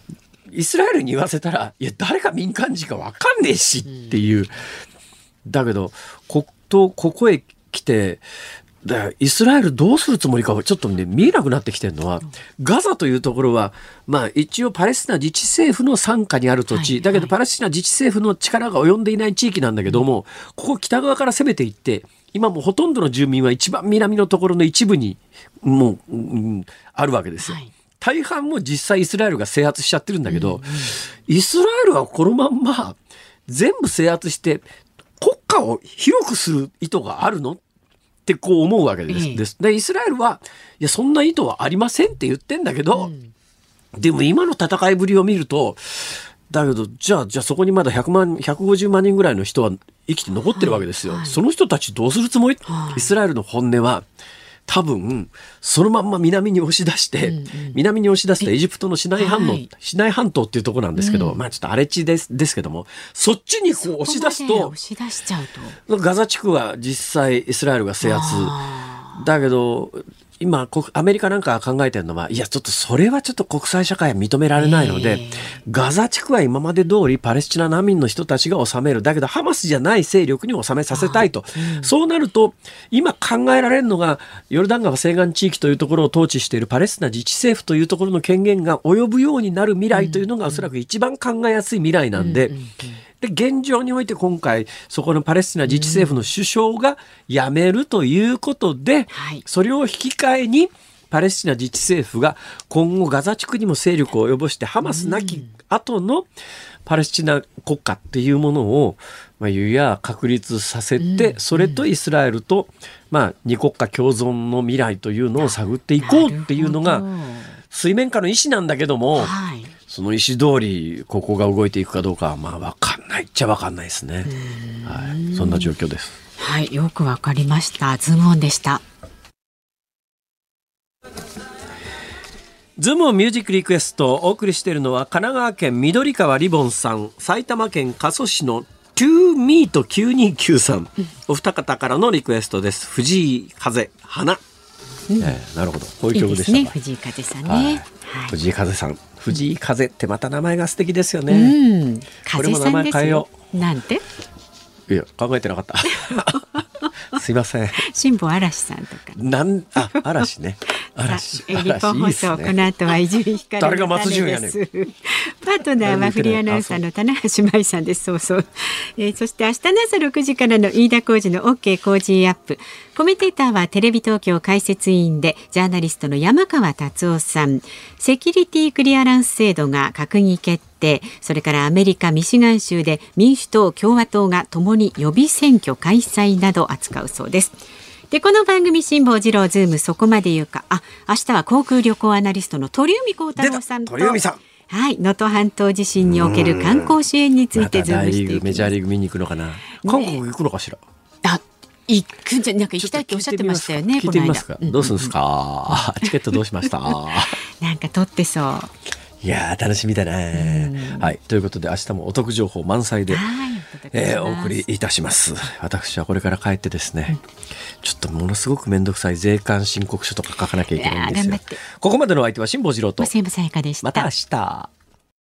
Speaker 2: イスラエルに言わせたらいや誰が民間人か分かんねえしっていう、うん、だけど こ, とここへ来てでイスラエルどうするつもりかちょっと、ね、見えなくなってきてるのは、ガザというところは、まあ、一応パレスチナ自治政府の傘下にある土地、はい、だけどパレスチナ自治政府の力が及んでいない地域なんだけども、ここ北側から攻めていって今もうほとんどの住民は一番南のところの一部にもう、うん、あるわけですよ、はい、大半も実際イスラエルが制圧しちゃってるんだけど、うんうん、イスラエルはこのまんま全部制圧して国家を広くする意図があるのってこう思うわけです、ええ、でイスラエルはいやそんな意図はありませんって言ってんだけど、うん、でも今の戦いぶりを見るとだけどじゃあじゃあそこにまだひゃくまんひゃくごじゅうまん人ぐらいの人は生きて残ってるわけですよ、はいはい、その人たちどうするつもり、はい、イスラエルの本音は多分そのまんま南に押し出して、うんうん、南に押し出したエジプトのシナイ半島、はい、シナイ半島っていうところなんですけど、うん、まあちょっと荒れ地です、ですけどもそっちにこう押し出すと
Speaker 3: 押し出しちゃうと
Speaker 2: ガザ地区は実際イスラエルが制圧だけど今アメリカなんか考えてるのはいやちょっとそれはちょっと国際社会は認められないので、えー、ガザ地区は今まで通りパレスチナ難民の人たちが治めるだけどハマスじゃない勢力に治めさせたいと、うん、そうなると今考えられるのがヨルダン川西岸地域というところを統治しているパレスチナ自治政府というところの権限が及ぶようになる未来というのがおそらく一番考えやすい未来なんで、うんうんうんで現状において今回そこのパレスチナ自治政府の首相が辞めるということで、うんはい、それを引き換えにパレスチナ自治政府が今後ガザ地区にも勢力を及ぼしてハマスなき後のパレスチナ国家っていうものを、まあ、いや確立させて、うん、それとイスラエルと、まあ、二国家共存の未来というのを探っていこうっていうのが水面下の意思なんだけども、はい、その意思通りここが動いていくかどうかはまあ分かんないっちゃ分かんないですね、はい、そんな状況です。
Speaker 3: はい、よく分かりました。ズームオンでした。
Speaker 2: ズームオンミュージックリクエストをお送りしているのは神奈川県緑川リボンさん、埼玉県加須市のトゥーミートきゅうにきゅうさん、うん、お二方からのリクエストです。藤井風花、うんえー、なるほどこういう曲でした。
Speaker 3: いいですね、藤井風さんね、はいはい、
Speaker 2: 藤井風さん藤井風ってまた名前が素敵ですよね、
Speaker 3: うん、
Speaker 2: これも名前変えよ
Speaker 3: う。なんて
Speaker 2: いや考えてなかったすいません。
Speaker 3: 辛坊嵐さんとか
Speaker 2: なんあ嵐ね嵐
Speaker 3: 日本放送、ね、この後は伊集院光の種です。誰が松潤やねん。パートナーはフリーアナウンサーの棚橋舞さんです。そうそう、えー、そして明日の朝ろくじからの飯田浩司の OK 工事アップ、コメンテーターはテレビ東京解説委員でジャーナリストの山川達夫さん、セキュリティクリアランス制度が閣議決定、それからアメリカミシガン州で民主党共和党がともに予備選挙開催など扱うそうです。でこの番組辛坊治郎ズームそこまで言うか、あ明日は航空旅行アナリストの鳥海高太郎さんと
Speaker 2: 鳥海さん、
Speaker 3: はい、能登半島地震における観光支援についてズームしていきます。また大リーグ
Speaker 2: メジャーリーグ見に行くのかな、ね、韓国行くのかしら。
Speaker 3: あ行くんじゃなんか行きたいっておっしゃってましたよね。
Speaker 2: 聞いてみますか。この間どうするんですか、うん、チケットどうしました
Speaker 3: なんか取ってそう。
Speaker 2: いや楽しみだね、はい、ということで明日もお得情報満載で、えー、お送りいたします。私はこれから帰ってですね、うん、ちょっとものすごくめんどくさい税関申告書とか書かなきゃいけないんですよ。ここまでのお相手は辛坊治郎と
Speaker 3: 増山さやかでした。
Speaker 2: また明日。